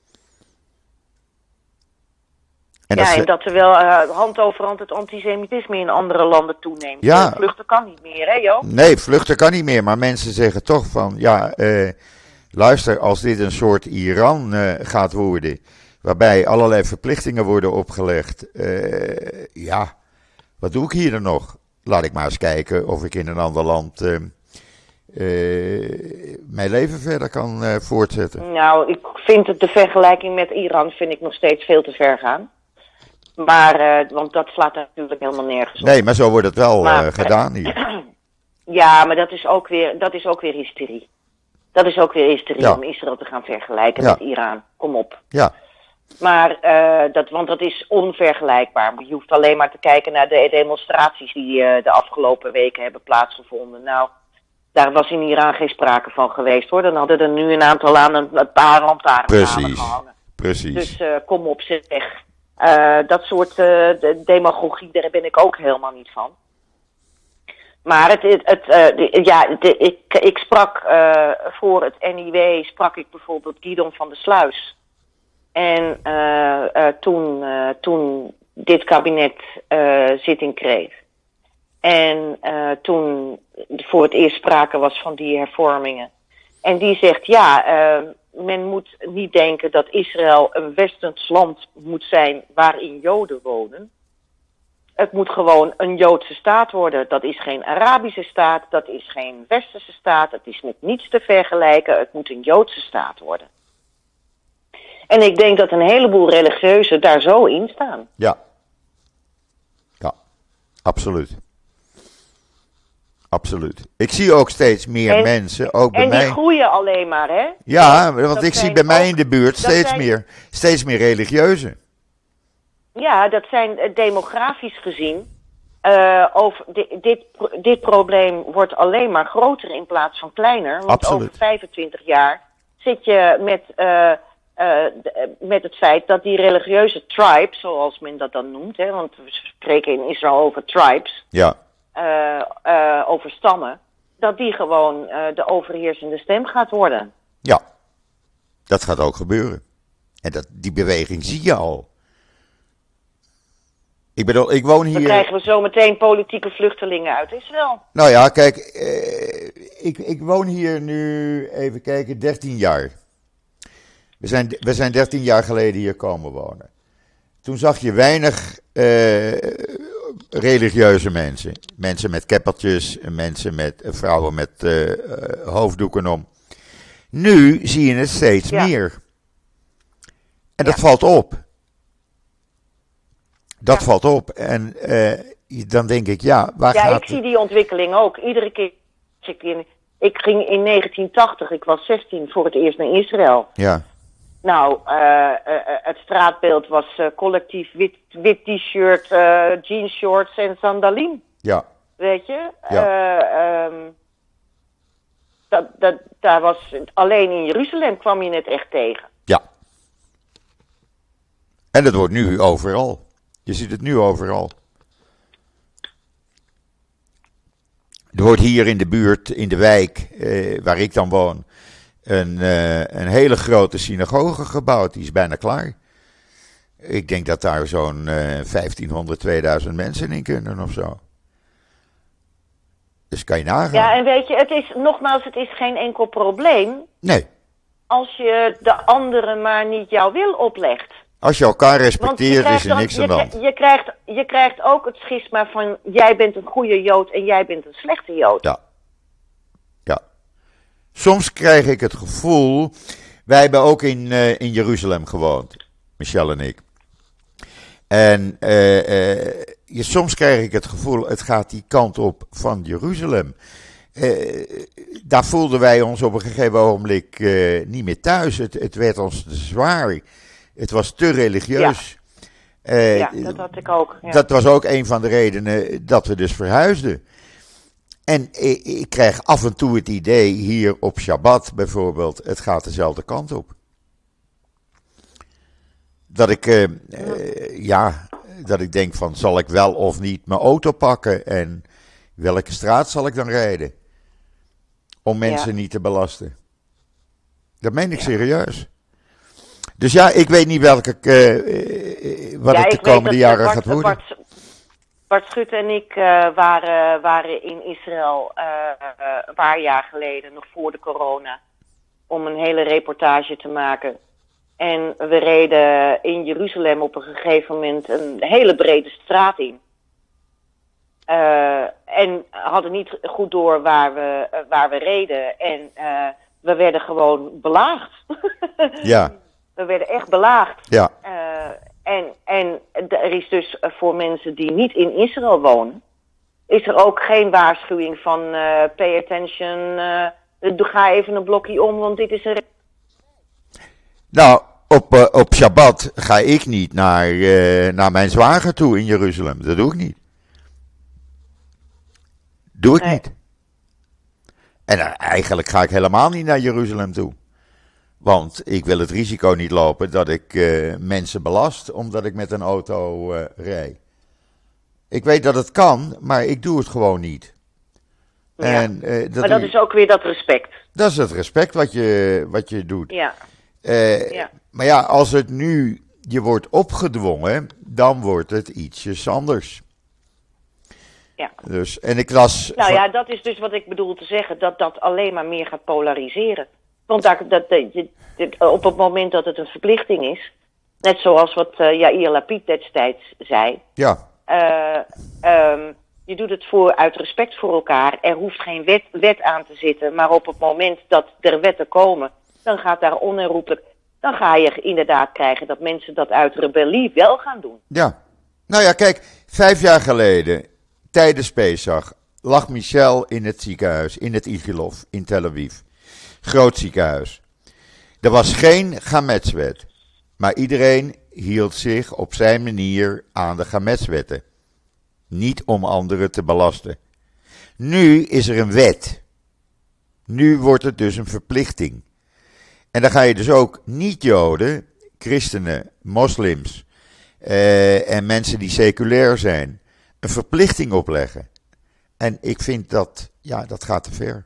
En ja, dat en dat terwijl uh, hand over hand het antisemitisme in andere landen toeneemt. Ja. Vluchten kan niet meer, hè Jo? Nee, vluchten kan niet meer. Maar mensen zeggen toch van, ja, uh, luister, als dit een soort Iran uh, gaat worden... waarbij allerlei verplichtingen worden opgelegd. Uh, ja, wat doe ik hier dan nog? Laat ik maar eens kijken of ik in een ander land uh, uh, mijn leven verder kan uh, voortzetten. Nou, ik vind het de vergelijking met Iran vind ik nog steeds veel te ver gaan. Maar, uh, want dat slaat natuurlijk helemaal nergens op. Nee, maar zo wordt het wel maar, uh, gedaan hier. Ja, maar dat is ook weer, dat is ook weer hysterie. Dat is ook weer hysterie ja. om Israël te gaan vergelijken ja. met Iran. Kom op. Ja. Maar, uh, dat, want dat is onvergelijkbaar. Je hoeft alleen maar te kijken naar de demonstraties die uh, de afgelopen weken hebben plaatsgevonden. Nou, daar was in Iran geen sprake van geweest hoor. Dan hadden er nu een aantal aan een, een paar lantaarns gehangen. Precies. Dus uh, kom op, zeg. Uh, dat soort uh, de demagogie, daar ben ik ook helemaal niet van. Maar het, het, het uh, de, ja, de, ik, ik sprak uh, voor het N I W, sprak ik bijvoorbeeld Guidon van der Sluis. En uh, uh, toen, uh, toen dit kabinet uh, zitting kreeg. En uh, toen voor het eerst sprake was van die hervormingen. En die zegt, ja, uh, men moet niet denken dat Israël een westers land moet zijn waarin Joden wonen. Het moet gewoon een Joodse staat worden. Dat is geen Arabische staat, dat is geen Westerse staat, het is met niets te vergelijken. Het moet een Joodse staat worden. En ik denk dat een heleboel religieuzen daar zo in staan. Ja. Ja, absoluut. Absoluut. Ik zie ook steeds meer en, mensen, ook bij mij. En die mij. groeien alleen maar, hè? Ja, want dat ik zie bij mij ook, in de buurt steeds zijn, meer, steeds meer religieuzen. Ja, dat zijn uh, demografisch gezien. Uh, over di- dit, dit probleem wordt alleen maar groter in plaats van kleiner. Want absoluut. Over vijfentwintig jaar zit je met, uh, uh, d- met het feit dat die religieuze tribes, zoals men dat dan noemt, hè, want we spreken in Israël over tribes. Ja. Uh, uh, over stammen, dat die gewoon uh, de overheersende stem gaat worden. Ja, dat gaat ook gebeuren. En dat, die beweging zie je al. Ik bedoel, ik woon hier... Dan krijgen we zo meteen politieke vluchtelingen uit Israël. Nou ja, kijk, eh, ik, ik woon hier nu, even kijken, dertien jaar. We zijn, we zijn dertien jaar geleden hier komen wonen. Toen zag je weinig... Uh, religieuze mensen. Mensen met keppeltjes, mensen met, vrouwen met uh, uh, hoofddoeken om. Nu zie je het steeds ja. meer. En dat ja. valt op. Dat ja. valt op. En uh, dan denk ik, ja, waar ja, gaat... Ja, ik zie die ontwikkeling ook. Iedere keer... Ik, in, ik ging in negentien tachtig, ik was zestien, voor het eerst naar Israël. Ja. Nou, uh, uh, het straatbeeld was uh, collectief wit, wit t-shirt, uh, jeansshorts en sandalien. Ja. Weet je? Ja. Uh, um, dat, dat, daar was, alleen in Jeruzalem kwam je het echt tegen. Ja. En dat wordt nu overal. Je ziet het nu overal. Er wordt hier in de buurt, in de wijk, uh, waar ik dan woon... Een, uh, een hele grote synagoge gebouwd, die is bijna klaar. Ik denk dat daar zo'n uh, vijftienhonderd, tweeduizend mensen in kunnen of zo. Dus kan je nagaan. Ja, en weet je, het is, nogmaals, het is geen enkel probleem. Nee. Als je de anderen maar niet jouw wil oplegt. Als je elkaar respecteert, is er niks aan de hand. Je, je, krijgt, je krijgt ook het schisma van, jij bent een goede Jood en jij bent een slechte Jood. Ja. Ja. Soms krijg ik het gevoel, wij hebben ook in, uh, in Jeruzalem gewoond, Michel en ik. En uh, uh, je, soms krijg ik het gevoel, het gaat die kant op van Jeruzalem. Uh, daar voelden wij ons op een gegeven ogenblik uh, niet meer thuis. Het, het werd ons te zwaar. Het was te religieus. Ja, uh, ja dat had ik ook. Ja. Dat was ook een van de redenen dat we dus verhuisden. En ik, ik krijg af en toe het idee, hier op Shabbat bijvoorbeeld, het gaat dezelfde kant op. Dat ik, uh, uh, ja, dat ik denk van, zal ik wel of niet mijn auto pakken en welke straat zal ik dan rijden? Om mensen ja. niet te belasten. Dat meen ik ja. serieus. Dus ja, ik weet niet welke, uh, uh, wat ja, het de komende jaren Bart, gaat worden. Bart, Bart Schut en ik uh, waren, waren in Israël uh, uh, een paar jaar geleden, nog voor de corona, om een hele reportage te maken. En we reden in Jeruzalem op een gegeven moment een hele brede straat in. Uh, en hadden niet goed door waar we, uh, waar we reden. En uh, we werden gewoon belaagd. Ja. We werden echt belaagd. Ja. Uh, en, en er is dus uh, voor mensen die niet in Israël wonen, is er ook geen waarschuwing van uh, pay attention, uh, ga even een blokje om, want dit is een... Nou, op, uh, op Shabbat ga ik niet naar, uh, naar mijn zwager toe in Jeruzalem. Dat doe ik niet. Doe ik nee. niet. En uh, eigenlijk ga ik helemaal niet naar Jeruzalem toe. Want ik wil het risico niet lopen dat ik uh, mensen belast omdat ik met een auto uh, rijd. Ik weet dat het kan, maar ik doe het gewoon niet. En, uh, dat maar dat is ook weer dat respect. Dat is het respect wat je, wat je doet. Ja. Uh, ja. Maar ja, als het nu je wordt opgedwongen, dan wordt het ietsjes anders. Ja. Dus, en ik las... Nou ja, dat is dus wat ik bedoel te zeggen, dat dat alleen maar meer gaat polariseren. Want dat, dat, dat, op het moment dat het een verplichting is, net zoals wat uh, Yair Lapid destijds zei. Ja. Uh, um, je doet het voor, uit respect voor elkaar. Er hoeft geen wet, wet aan te zitten, maar op het moment dat er wetten komen, dan gaat daar onherroepelijk, dan ga je inderdaad krijgen dat mensen dat uit rebellie wel gaan doen. Ja. Nou ja, kijk, vijf jaar geleden, tijdens Pesach, lag Michel in het ziekenhuis, in het Ichilov, in Tel Aviv. Groot ziekenhuis. Er was geen Gametswet, maar iedereen hield zich op zijn manier aan de Gametswetten. Niet om anderen te belasten. Nu is er een wet. Nu wordt het dus een verplichting. En dan ga je dus ook niet-Joden, christenen, moslims eh, en mensen die seculair zijn, een verplichting opleggen. En ik vind dat, ja, dat gaat te ver.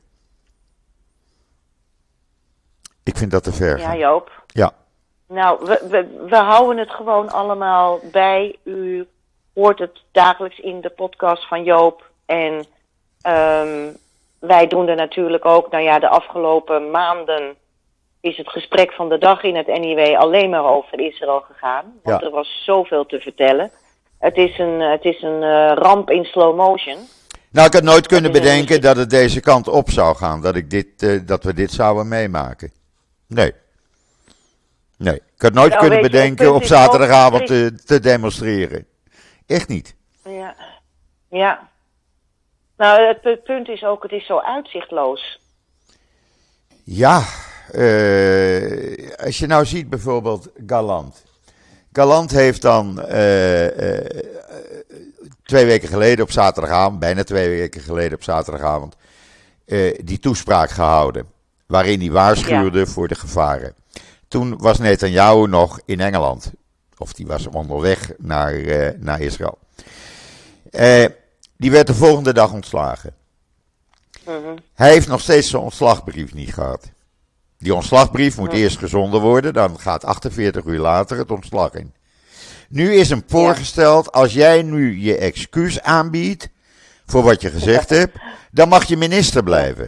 Ik vind dat te ver. Ja, Joop. Ja. Nou, we, we, we houden het gewoon allemaal bij. U hoort het dagelijks in de podcast van Joop. En um, wij doen er natuurlijk ook, nou ja, de afgelopen maanden is het gesprek van de dag in het N I W alleen maar over Israël gegaan. Want ja. Er was zoveel te vertellen. Het is een, het is een uh, ramp in slow motion. Nou, ik had nooit kunnen bedenken dat het deze kant op zou gaan. Dat, ik dit, uh, dat we dit zouden meemaken. Nee. Nee. Ik had nooit nou, kunnen bedenken je, op zaterdagavond ook, te, te demonstreren. Echt niet. Ja. Ja. Nou, het, het punt is ook, het is zo uitzichtloos. Ja. Uh, als je nou ziet bijvoorbeeld Galant. Galant heeft dan uh, uh, twee weken geleden op zaterdagavond, bijna twee weken geleden op zaterdagavond, uh, die toespraak gehouden. Waarin hij waarschuwde ja. voor de gevaren. Toen was Netanyahu nog in Engeland. Of die was onderweg naar, uh, naar Israël. Uh, die werd de volgende dag ontslagen. Mm-hmm. Hij heeft nog steeds zijn ontslagbrief niet gehad. Die ontslagbrief moet mm. eerst gezonden worden. Dan gaat achtenveertig uur later het ontslag in. Nu is hem voorgesteld, als jij nu je excuus aanbiedt voor wat je gezegd hebt, dan mag je minister blijven.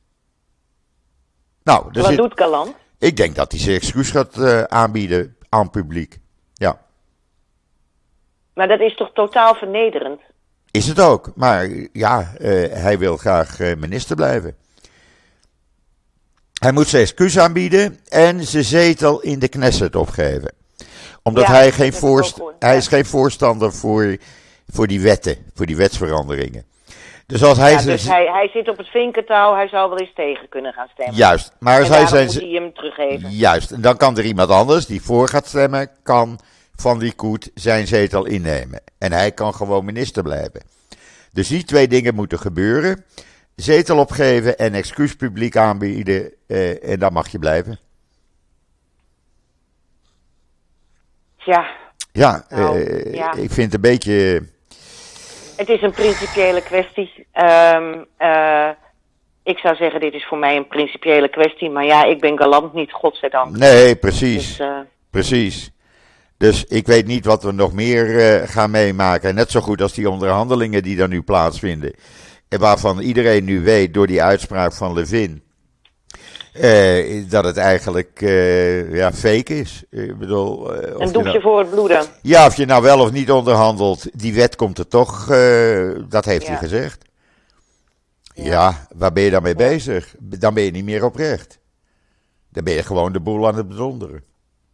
Nou, wat zit, doet Galant? Ik denk dat hij zijn excuus gaat uh, aanbieden aan publiek. Ja. Maar dat is toch totaal vernederend? Is het ook. Maar ja, uh, hij wil graag uh, minister blijven. Hij moet zijn excuus aanbieden en zijn zetel in de Knesset opgeven. Omdat ja, hij, geen voorst- hij ja. is geen voorstander voor, voor die wetten, voor die wetsveranderingen. Dus als hij, ja, dus z- hij, hij zit op het vinkentouw, hij zou wel eens tegen kunnen gaan stemmen. Juist. Maar als en hij zijn, moet hij hem teruggeven. Juist. En dan kan er iemand anders die voor gaat stemmen, kan van Likud zijn zetel innemen. En hij kan gewoon minister blijven. Dus die twee dingen moeten gebeuren. Zetel opgeven en excuus publiek aanbieden eh, en dan mag je blijven. Ja. Ja, nou, uh, ja, ik vind het een beetje... Het is een principiële kwestie. Um, uh, ik zou zeggen, dit is voor mij een principiële kwestie. Maar ja, ik ben Galant niet, godzijdank. Nee, precies. Dus, uh... Precies. Dus ik weet niet wat we nog meer uh, gaan meemaken. Net zo goed als die onderhandelingen die er nu plaatsvinden. En waarvan iedereen nu weet door die uitspraak van Levin. Uh, dat het eigenlijk uh, ja, fake is. Ik bedoel, uh, een doekje nou, voor het bloeden. Ja, of je nou wel of niet onderhandelt, die wet komt er toch, uh, dat heeft ja. hij gezegd. Ja. ja, waar ben je dan mee ja. bezig? Dan ben je niet meer oprecht. Dan ben je gewoon de boel aan het bedonderen.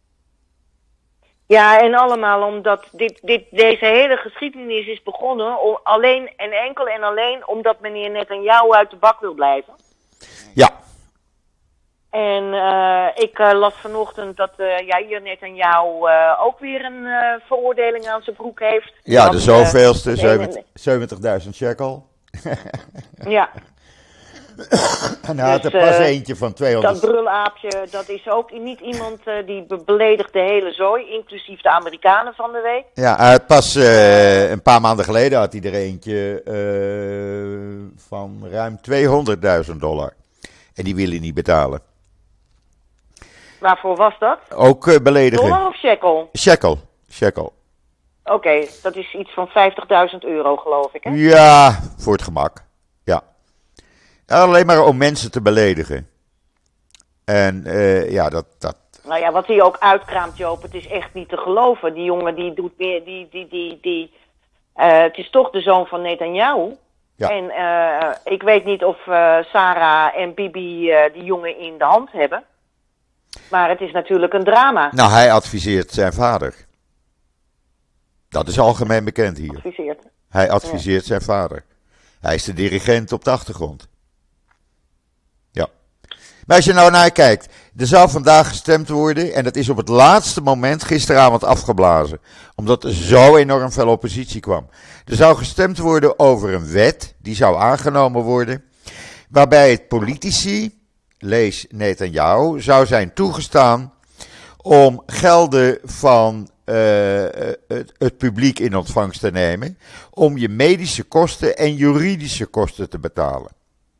Ja, en allemaal omdat dit, dit, deze hele geschiedenis is begonnen om alleen en enkel en alleen omdat meneer Netanyahu uit de bak wil blijven. Ja. En uh, ik uh, las vanochtend dat uh, Yair Netanyahu uh, ook weer een uh, veroordeling aan zijn broek heeft. Ja, want, de zoveelste, uh, zeventigduizend shekel. Ja. En hij had er pas uh, eentje van tweehonderd. Dat brulaapje, dat is ook niet iemand uh, die be- beledigt de hele zooi, inclusief de Amerikanen van de week. Ja, hij had pas uh, een paar maanden geleden had hij er eentje uh, van ruim tweehonderdduizend dollar. En die wil hij niet betalen. Waarvoor was dat? Ook uh, beledigen. Dollar of shekel? Shekel, shekel. Oké, okay, dat is iets van vijftigduizend euro geloof ik, hè? Ja, voor het gemak. Ja. Alleen maar om mensen te beledigen. En uh, ja, dat, dat... Nou ja, wat hij ook uitkraamt, Joop, het is echt niet te geloven. Die jongen die doet meer, die, die, die, die... Uh, het is toch de zoon van Netanyahu. Ja. En uh, ik weet niet of uh, Sarah en Bibi uh, die jongen in de hand hebben. Maar het is natuurlijk een drama. Nou, hij adviseert zijn vader. Dat is algemeen bekend hier. Adviseert. Hij adviseert ja. zijn vader. Hij is de dirigent op de achtergrond. Ja. Maar als je nou naar kijkt. Er zou vandaag gestemd worden. En dat is op het laatste moment gisteravond afgeblazen. Omdat er zo enorm veel oppositie kwam. Er zou gestemd worden over een wet. Die zou aangenomen worden. Waarbij het politici, lees Netanyahu, zou zijn toegestaan om gelden van uh, het, het publiek in ontvangst te nemen. Om je medische kosten en juridische kosten te betalen.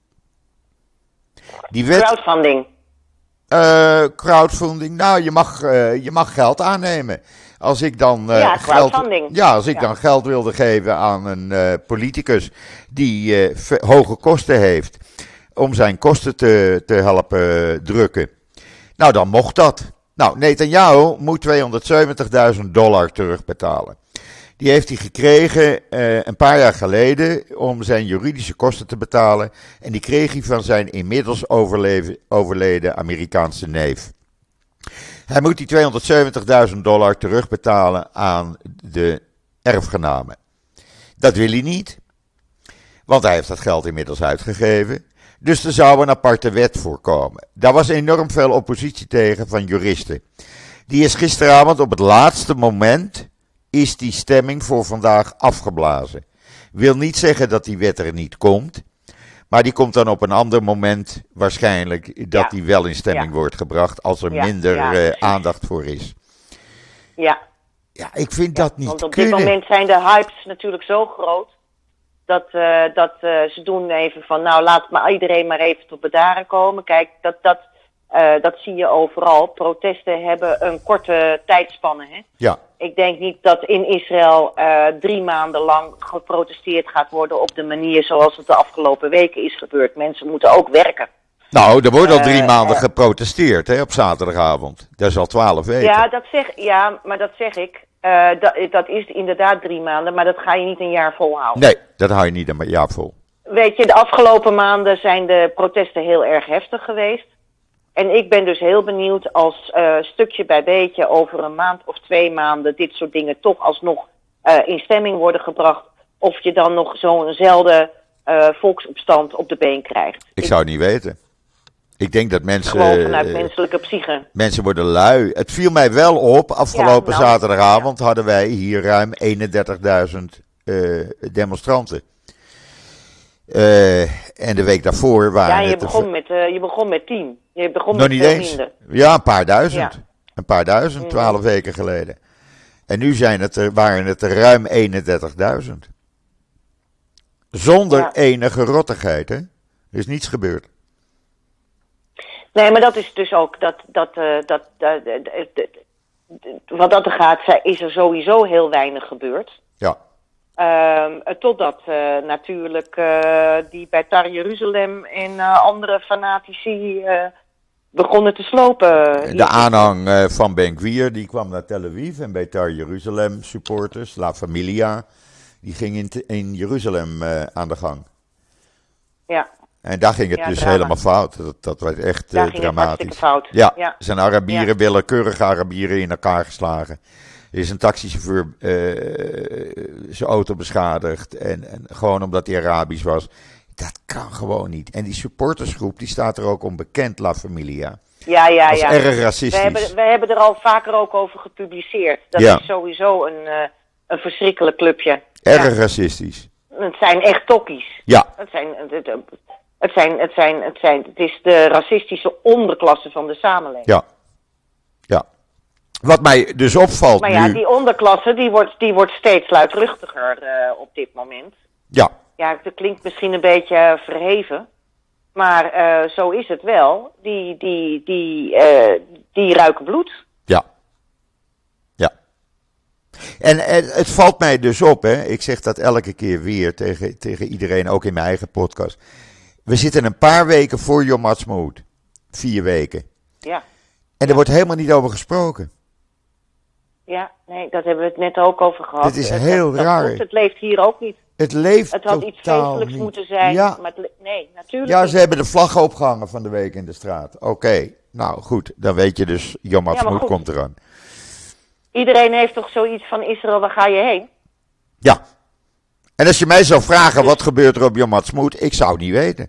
Die wet, crowdfunding. Uh, crowdfunding, nou je mag, uh, je mag geld aannemen. Als ik dan, uh, ja, geld, ja, als ik ja. dan geld wilde geven aan een uh, politicus die uh, ver, hoge kosten heeft, om zijn kosten te, te helpen drukken. Nou, dan mocht dat. Nou, Netanyahu moet tweehonderdzeventigduizend dollar terugbetalen. Die heeft hij gekregen uh, een paar jaar geleden om zijn juridische kosten te betalen. En die kreeg hij van zijn inmiddels overleven, overleden Amerikaanse neef. Hij moet die tweehonderdzeventigduizend dollar terugbetalen aan de erfgenamen. Dat wil hij niet, want hij heeft dat geld inmiddels uitgegeven. Dus er zou een aparte wet voorkomen. Daar was enorm veel oppositie tegen van juristen. Die is gisteravond op het laatste moment, is die stemming voor vandaag afgeblazen. Wil niet zeggen dat die wet er niet komt, maar die komt dan op een ander moment waarschijnlijk dat ja. die wel in stemming ja. wordt gebracht als er ja. minder ja, uh, aandacht voor is. Ja. Ja, ik vind ja, dat niet Want op kunnen. dit moment zijn de hypes natuurlijk zo groot. Dat, uh, dat uh, ze doen even van, nou laat maar iedereen maar even tot bedaren komen. Kijk, dat, dat, uh, dat zie je overal. Protesten hebben een korte tijdspanne. Hè? Ja. Ik denk niet dat in Israël uh, drie maanden lang geprotesteerd gaat worden op de manier zoals het de afgelopen weken is gebeurd. Mensen moeten ook werken. Nou, er wordt al drie uh, maanden uh, geprotesteerd hè, op zaterdagavond. Dat is al twaalf weken. Ja, dat zeg, ja, maar dat zeg ik. Uh, dat, dat is inderdaad drie maanden, maar dat ga je niet een jaar volhouden. Nee, dat hou je niet een jaar vol. Weet je, de afgelopen maanden zijn de protesten heel erg heftig geweest. En ik ben dus heel benieuwd als uh, stukje bij beetje over een maand of twee maanden dit soort dingen toch alsnog uh, in stemming worden gebracht. Of je dan nog zo'nzelfde uh, volksopstand op de been krijgt. Ik zou het niet weten. Ik denk dat mensen... Gewoon vanuit uh, menselijke psyche. Mensen worden lui. Het viel mij wel op. Afgelopen ja, nou, zaterdagavond ja. hadden wij hier ruim eenendertigduizend uh, demonstranten. Uh, en de week daarvoor waren ja, je het... Begon met, uh, je begon met tien. Je begon nog met niet eens. Minder. Ja, een paar duizend. Ja. Een paar duizend, twaalf mm. weken geleden. En nu zijn het er, waren het er ruim eenendertigduizend. Zonder ja. enige rottigheid, hè. Er is niets gebeurd. Nee, maar dat is dus ook, dat, dat, uh, dat, uh, d- d- d- d- wat dat er gaat, is er sowieso heel weinig gebeurd. Ja. Uh, totdat uh, natuurlijk uh, die bij Tar Jeruzalem en uh, andere fanatici uh, begonnen te slopen. De aanhang uh, van Ben-Gvir, die kwam naar Tel Aviv en bij Tar Jeruzalem supporters, La Familia, die ging in, te, in Jeruzalem uh, aan de gang. Ja. En daar ging het ja, dus drama. helemaal fout. Dat, dat was echt daar uh, ging dramatisch. Het fout. Ja, ja, zijn Arabieren, ja. willekeurige Arabieren in elkaar geslagen. Er is een taxichauffeur uh, zijn auto beschadigd. En, en gewoon omdat hij Arabisch was. Dat kan gewoon niet. En die supportersgroep, die staat er ook onbekend, La Familia. Ja, ja, dat is ja. erg racistisch. We hebben, we hebben er al vaker ook over gepubliceerd. Dat ja. is sowieso een, uh, een verschrikkelijk clubje. Erg ja. racistisch. Het zijn echt tokkies. Ja. Het zijn... Het, het, Het, zijn, het, zijn, het, zijn, het is de racistische onderklasse van de samenleving. Ja, ja. Wat mij dus opvalt maar ja, nu... die onderklasse die wordt, die wordt steeds luidruchtiger uh, op dit moment. Ja. Ja, dat klinkt misschien een beetje verheven. Maar uh, zo is het wel. Die, die, die, uh, die ruiken bloed. Ja. Ja. En, en het valt mij dus op, hè. Ik zeg dat elke keer weer tegen, tegen iedereen, ook in mijn eigen podcast. We zitten een paar weken voor Yom Ha'atzmaut. Vier weken. Ja. En er wordt helemaal niet over gesproken. Ja, nee, dat hebben we het net ook over gehad. Het is heel dat, raar. Dat, het leeft hier ook niet. Het leeft Het had iets feestelijks niet. moeten zijn. Ja. Maar het, nee, natuurlijk Ja, niet. ze hebben de vlaggen opgehangen van de week in de straat. Oké, okay. Nou goed, dan weet je dus, Yom Ha'atzmaut ja, komt eraan. Iedereen heeft toch zoiets van Israël, waar ga je heen? Ja. En als je mij zou vragen, dus... wat gebeurt er op Yom Ha'atzmaut? Ik zou het niet weten.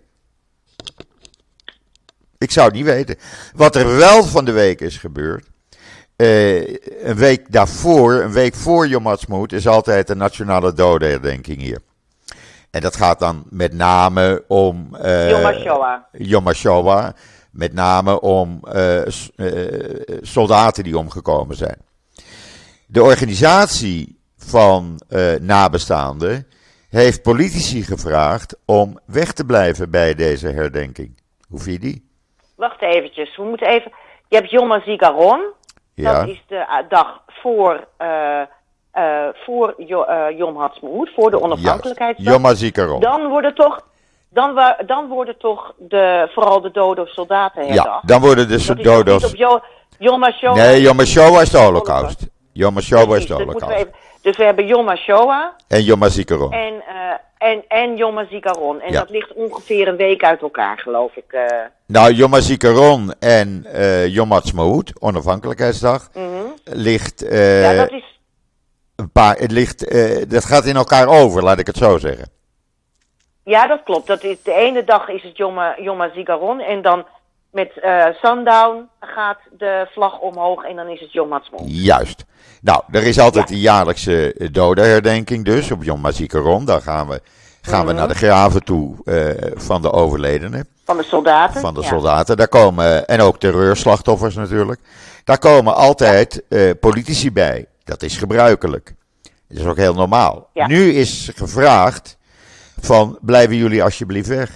Ik zou het niet weten. Wat er wel van de week is gebeurd. Uh, een week daarvoor, een week voor Yom Ha'atzmaut, is altijd de nationale dodenherdenking hier. En dat gaat dan met name om... Uh, Yom HaShoah. Yom HaShoah. Met name om uh, uh, soldaten die omgekomen zijn. De organisatie van uh, nabestaanden heeft politici gevraagd om weg te blijven bij deze herdenking. Hoe vind je die? Wacht eventjes, we moeten even... Je hebt Yom HaZikaron. Ja. Dat is de uh, dag voor, uh, uh, voor jo, uh, Yom Ha'atzmaut, voor de onafhankelijkheidsdag. Yom HaZikaron. Dan worden toch, dan, wa, dan worden toch de, vooral de dode soldaten herdacht. Ja, dan worden de doden... Yom HaShoah. Nee, Yom HaShoah is de Holocaust. Yom HaShoah is de Holocaust. Even, dus we hebben Yom HaShoah. En Yom HaZikaron. En, uh, en, en Yom HaZikaron. En ja. Dat ligt ongeveer een week uit elkaar, geloof ik. Uh. Nou, Yom HaZikaron en uh, Yom Ha'atzmaut, onafhankelijkheidsdag, mm-hmm. ligt... Uh, ja, dat is... Een paar, het ligt, uh, dat gaat in elkaar over, laat ik het zo zeggen. Ja, dat klopt. Dat is, de ene dag is het Yom, Yom HaZikaron en dan met uh, sundown gaat de vlag omhoog en dan is het Yom Ha'atzmaut. Juist. Nou, er is altijd ja. de jaarlijkse dodenherdenking dus, op Yom HaZikaron. Daar gaan we, gaan mm-hmm. we naar de graven toe uh, van de overledenen. Van de soldaten. Van de ja. soldaten. Daar komen, en ook terreurslachtoffers natuurlijk. Daar komen altijd uh, politici bij. Dat is gebruikelijk. Dat is ook heel normaal. Ja. Nu is gevraagd van, blijven jullie alsjeblieft weg.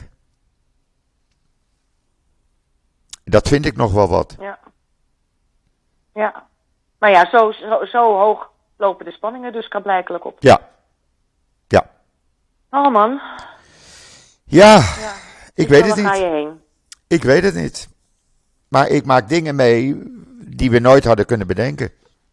Dat vind ik nog wel wat. Ja. Ja. Maar ja, zo, zo, zo hoog lopen de spanningen dus blijkelijk op. Ja. Ja. Oh man. Ja, ja. ik weet het niet. Waar ga je heen? Ik weet het niet. Maar ik maak dingen mee die we nooit hadden kunnen bedenken.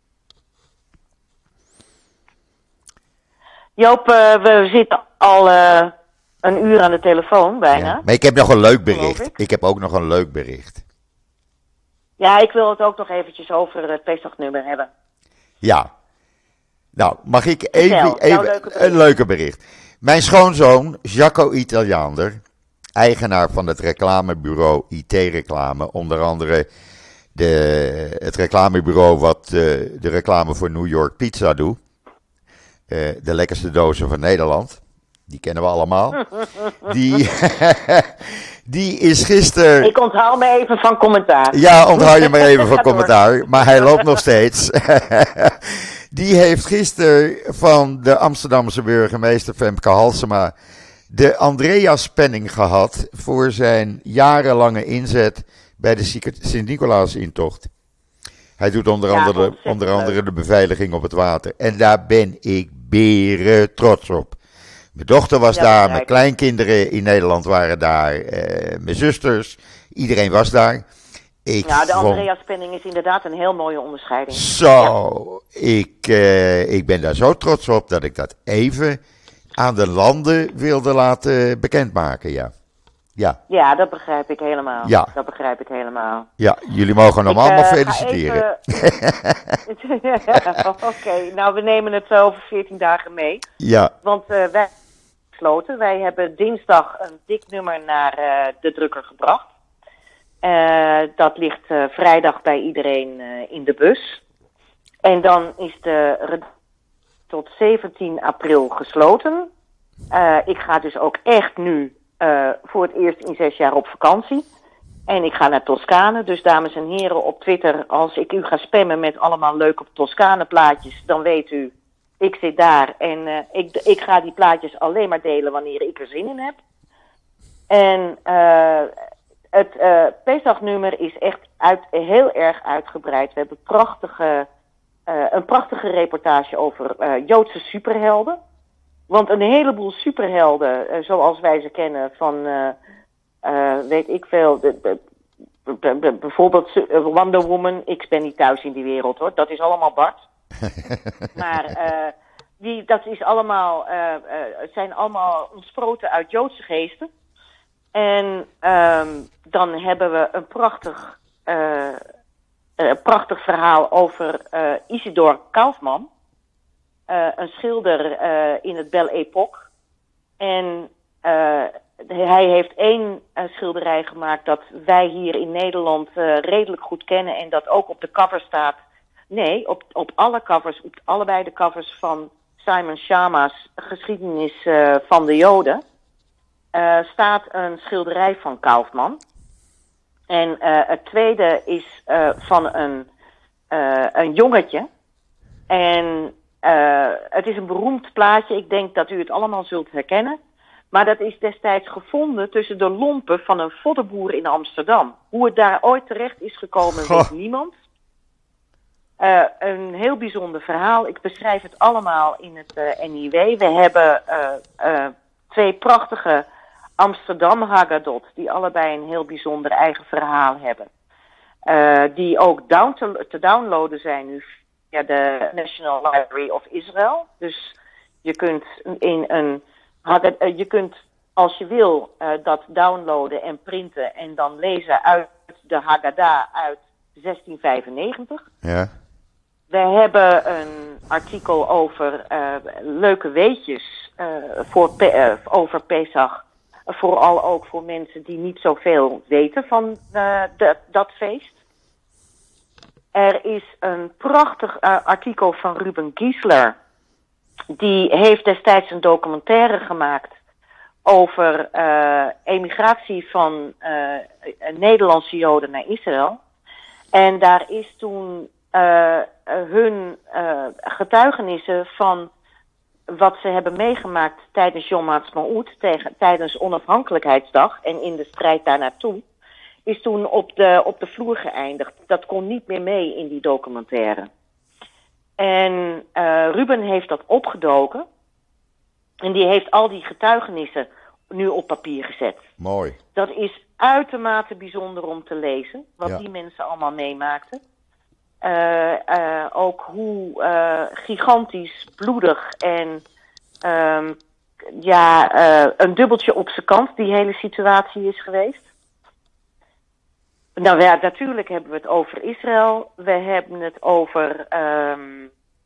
Joop, uh, we zitten al uh, een uur aan de telefoon bijna. Ja, maar ik heb nog een leuk bericht. Ik. ik heb ook nog een leuk bericht. Ja, ik wil het ook nog eventjes over het Pesachnummer hebben. Ja. Nou, mag ik even, Vertel, even leuke een leuke bericht. Mijn schoonzoon, Jacco Italiander, eigenaar van het reclamebureau I T-reclame, onder andere de, het reclamebureau wat uh, de reclame voor New York Pizza doet. Uh, de lekkerste dozen van Nederland. Die kennen we allemaal. Die, die is gisteren... Ik onthoud me even van commentaar. Ja, onthoud je maar even van commentaar. Maar hij loopt nog steeds. Die heeft gisteren van de Amsterdamse burgemeester Femke Halsema de Andreaspenning gehad voor zijn jarenlange inzet bij de Sint-Nicolaas-intocht. Hij doet onder andere, ja, onder andere de beveiliging op het water. En daar ben ik beren trots op. Mijn dochter was ja, daar, mijn kleinkinderen in Nederland waren daar, eh, mijn zusters, iedereen was daar. Ik ja, de vond... Andreaspenning is inderdaad een heel mooie onderscheiding. Zo, ja. ik, uh, ik ben daar zo trots op dat ik dat even aan de landen wilde laten bekendmaken, ja. Ja. Ja, dat begrijp ik helemaal. Ja. Dat begrijp ik helemaal. Ja, jullie mogen hem ik, allemaal uh, feliciteren. Even... Oké, okay. Nou we nemen het over veertien dagen mee. Ja. Want uh, wij hebben besloten, wij hebben dinsdag een dik nummer naar uh, de drukker gebracht. Uh, dat ligt uh, vrijdag bij iedereen uh, in de bus. En dan is de redactie tot zeventien april gesloten. Uh, ik ga dus ook echt nu uh, voor het eerst in zes jaar op vakantie. En ik ga naar Toscane. Dus dames en heren op Twitter, als ik u ga spammen met allemaal leuke Toscane plaatjes, dan weet u, ik zit daar. En uh, ik, ik ga die plaatjes alleen maar delen wanneer ik er zin in heb. En uh, het uh, Pesachnummer is echt uit, heel erg uitgebreid. We hebben prachtige, uh, een prachtige reportage over uh, Joodse superhelden. Want een heleboel superhelden, uh, zoals wij ze kennen van, uh, uh, weet ik veel, de, de, de, de, bijvoorbeeld Wonder Woman. Ik ben niet thuis in die wereld hoor, dat is allemaal Bart. Maar uh, die, dat is allemaal, uh, uh, het zijn allemaal ontsproten uit Joodse geesten. En um, dan hebben we een prachtig, uh, uh, prachtig verhaal over uh, Isidor Kaufman. Uh, een schilder uh, in het Belle Époque. En uh, hij heeft één uh, schilderij gemaakt dat wij hier in Nederland uh, redelijk goed kennen. En dat ook op de cover staat. Nee, op, op alle covers, op allebei de covers van Simon Schama's Geschiedenis uh, van de Joden. Uh, staat een schilderij van Kaufman. En uh, het tweede is uh, van een, uh, een jongetje. En uh, het is een beroemd plaatje. Ik denk dat u het allemaal zult herkennen. Maar dat is destijds gevonden tussen de lompen van een voddenboer in Amsterdam. Hoe het daar ooit terecht is gekomen, weet niemand. Uh, een heel bijzonder verhaal. Ik beschrijf het allemaal in het uh, N I W. We hebben uh, uh, twee prachtige Amsterdam Haggadot, die allebei een heel bijzonder eigen verhaal hebben. Uh, die ook down te, te downloaden zijn nu via de National Library of Israel. Dus je kunt in een uh, je kunt als je wil uh, dat downloaden en printen en dan lezen uit de Haggadah uit zestien vijfennegentig. Ja. We hebben een artikel over uh, leuke weetjes uh, voor pe- uh, over Pesach. Vooral ook voor mensen die niet zoveel weten van uh, de, dat feest. Er is een prachtig uh, artikel van Ruben Giesler. Die heeft destijds een documentaire gemaakt over uh, emigratie van uh, Nederlandse Joden naar Israël. En daar is toen uh, hun uh, getuigenissen van wat ze hebben meegemaakt tijdens Yom Ha'atzmaut, tegen, tijdens Onafhankelijkheidsdag en in de strijd daar naartoe, is toen op de, op de vloer geëindigd. Dat kon niet meer mee in die documentaire. En uh, Ruben heeft dat opgedoken en die heeft al die getuigenissen nu op papier gezet. Mooi. Dat is uitermate bijzonder om te lezen, wat ja. die mensen allemaal meemaakten. Uh, uh, ook hoe uh, gigantisch, bloedig en um, ja, uh, een dubbeltje op zijn kant die hele situatie is geweest. Nou ja, natuurlijk hebben we het over Israël. We hebben het over um,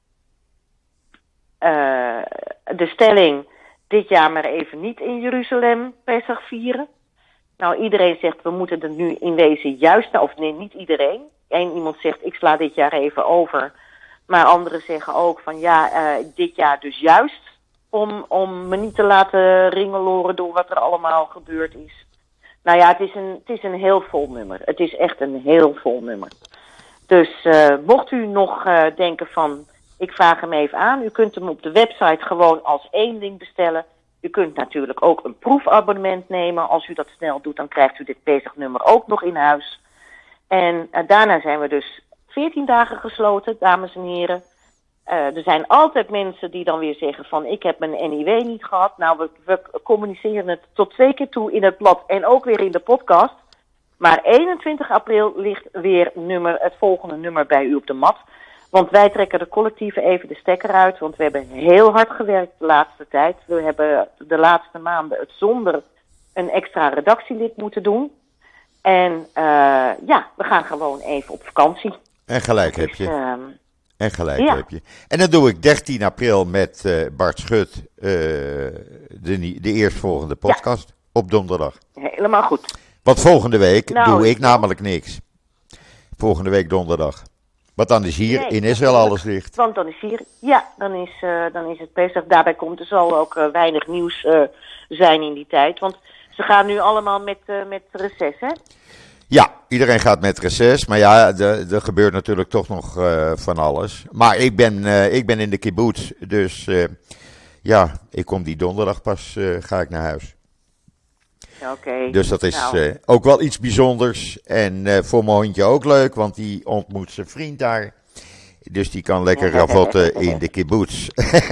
uh, de stelling dit jaar maar even niet in Jeruzalem Pesach vieren. Nou, iedereen zegt we moeten er nu in wezen juist, of nee, niet iedereen. Eén iemand zegt, ik sla dit jaar even over. Maar anderen zeggen ook van, ja, uh, dit jaar dus juist. Om, om me niet te laten ringeloren door wat er allemaal gebeurd is. Nou ja, het is een, het is een heel vol nummer. Het is echt een heel vol nummer. Dus uh, mocht u nog uh, denken van, ik vraag hem even aan. U kunt hem op de website gewoon als één ding bestellen. U kunt natuurlijk ook een proefabonnement nemen. Als u dat snel doet, dan krijgt u dit Pesachnummer ook nog in huis. En uh, daarna zijn we dus veertien dagen gesloten, dames en heren. Uh, er zijn altijd mensen die dan weer zeggen van, ik heb mijn N I W niet gehad. Nou, we, we communiceren het tot twee keer toe in het blad en ook weer in de podcast. Maar eenentwintig april ligt weer nummer, het volgende nummer bij u op de mat. Want wij trekken de collectieven even de stekker uit, want we hebben heel hard gewerkt de laatste tijd. We hebben de laatste maanden het zonder een extra redactielid moeten doen. En uh, ja, we gaan gewoon even op vakantie. En gelijk heb je. Uh, en gelijk ja. heb je. En dan doe ik dertien april met uh, Bart Schut uh, de, de eerstvolgende podcast ja. op donderdag. Helemaal goed. Want volgende week nou, doe ik namelijk niks. Volgende week donderdag. Want dan is hier nee, in Israël alles dicht. Want dan is hier, ja, dan is, uh, dan is het Pesach. Daarbij komt er zal ook uh, weinig nieuws uh, zijn in die tijd. Want Ze gaan nu allemaal met, uh, met reces, hè? Ja, iedereen gaat met reces. Maar ja, er gebeurt natuurlijk toch nog uh, van alles. Maar ik ben, uh, ik ben in de kibbutz. Dus uh, ja, ik kom die donderdag pas, uh, ga ik naar huis. Oké. Okay. Dus dat is nou. uh, ook wel iets bijzonders. En uh, voor mijn hondje ook leuk, want die ontmoet zijn vriend daar. Dus die kan lekker ravotten in de kibbutz.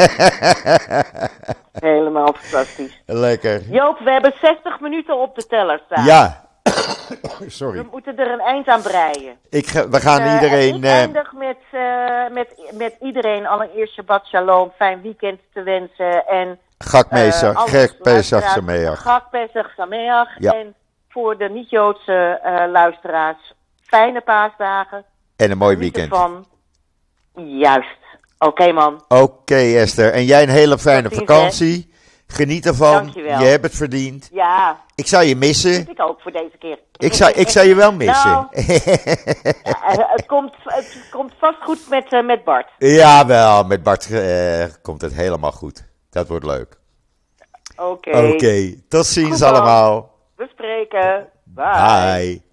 Helemaal fantastisch. Lekker. Joop, we hebben zestig minuten op de teller staan. Ja. Sorry. We moeten er een eind aan breien. Ik ga, we gaan uh, iedereen... Ik eindig met, uh, met, met iedereen allereerst Shabbat Shalom, fijn weekend te wensen. En Gak Pesach, Gek Pesach Sameach. Gak Pesach Sameach. Ja. En voor de niet-Joodse uh, luisteraars, fijne paasdagen. En een mooi weekend. Van. Juist. Oké, okay, man. Oké, okay, Esther. En jij een hele fijne vakantie. Geniet ervan. Dankjewel. Je hebt het verdiend. Ja. Ik zou je missen. Dat ik ook voor deze keer. Ik zou, ik zou je wel missen. Nou, ja, het, komt, het komt vast goed met, uh, met Bart. Jawel, met Bart uh, komt het helemaal goed. Dat wordt leuk. Oké. Okay. Oké, okay. Tot ziens goed allemaal. We spreken. Bye. Bye.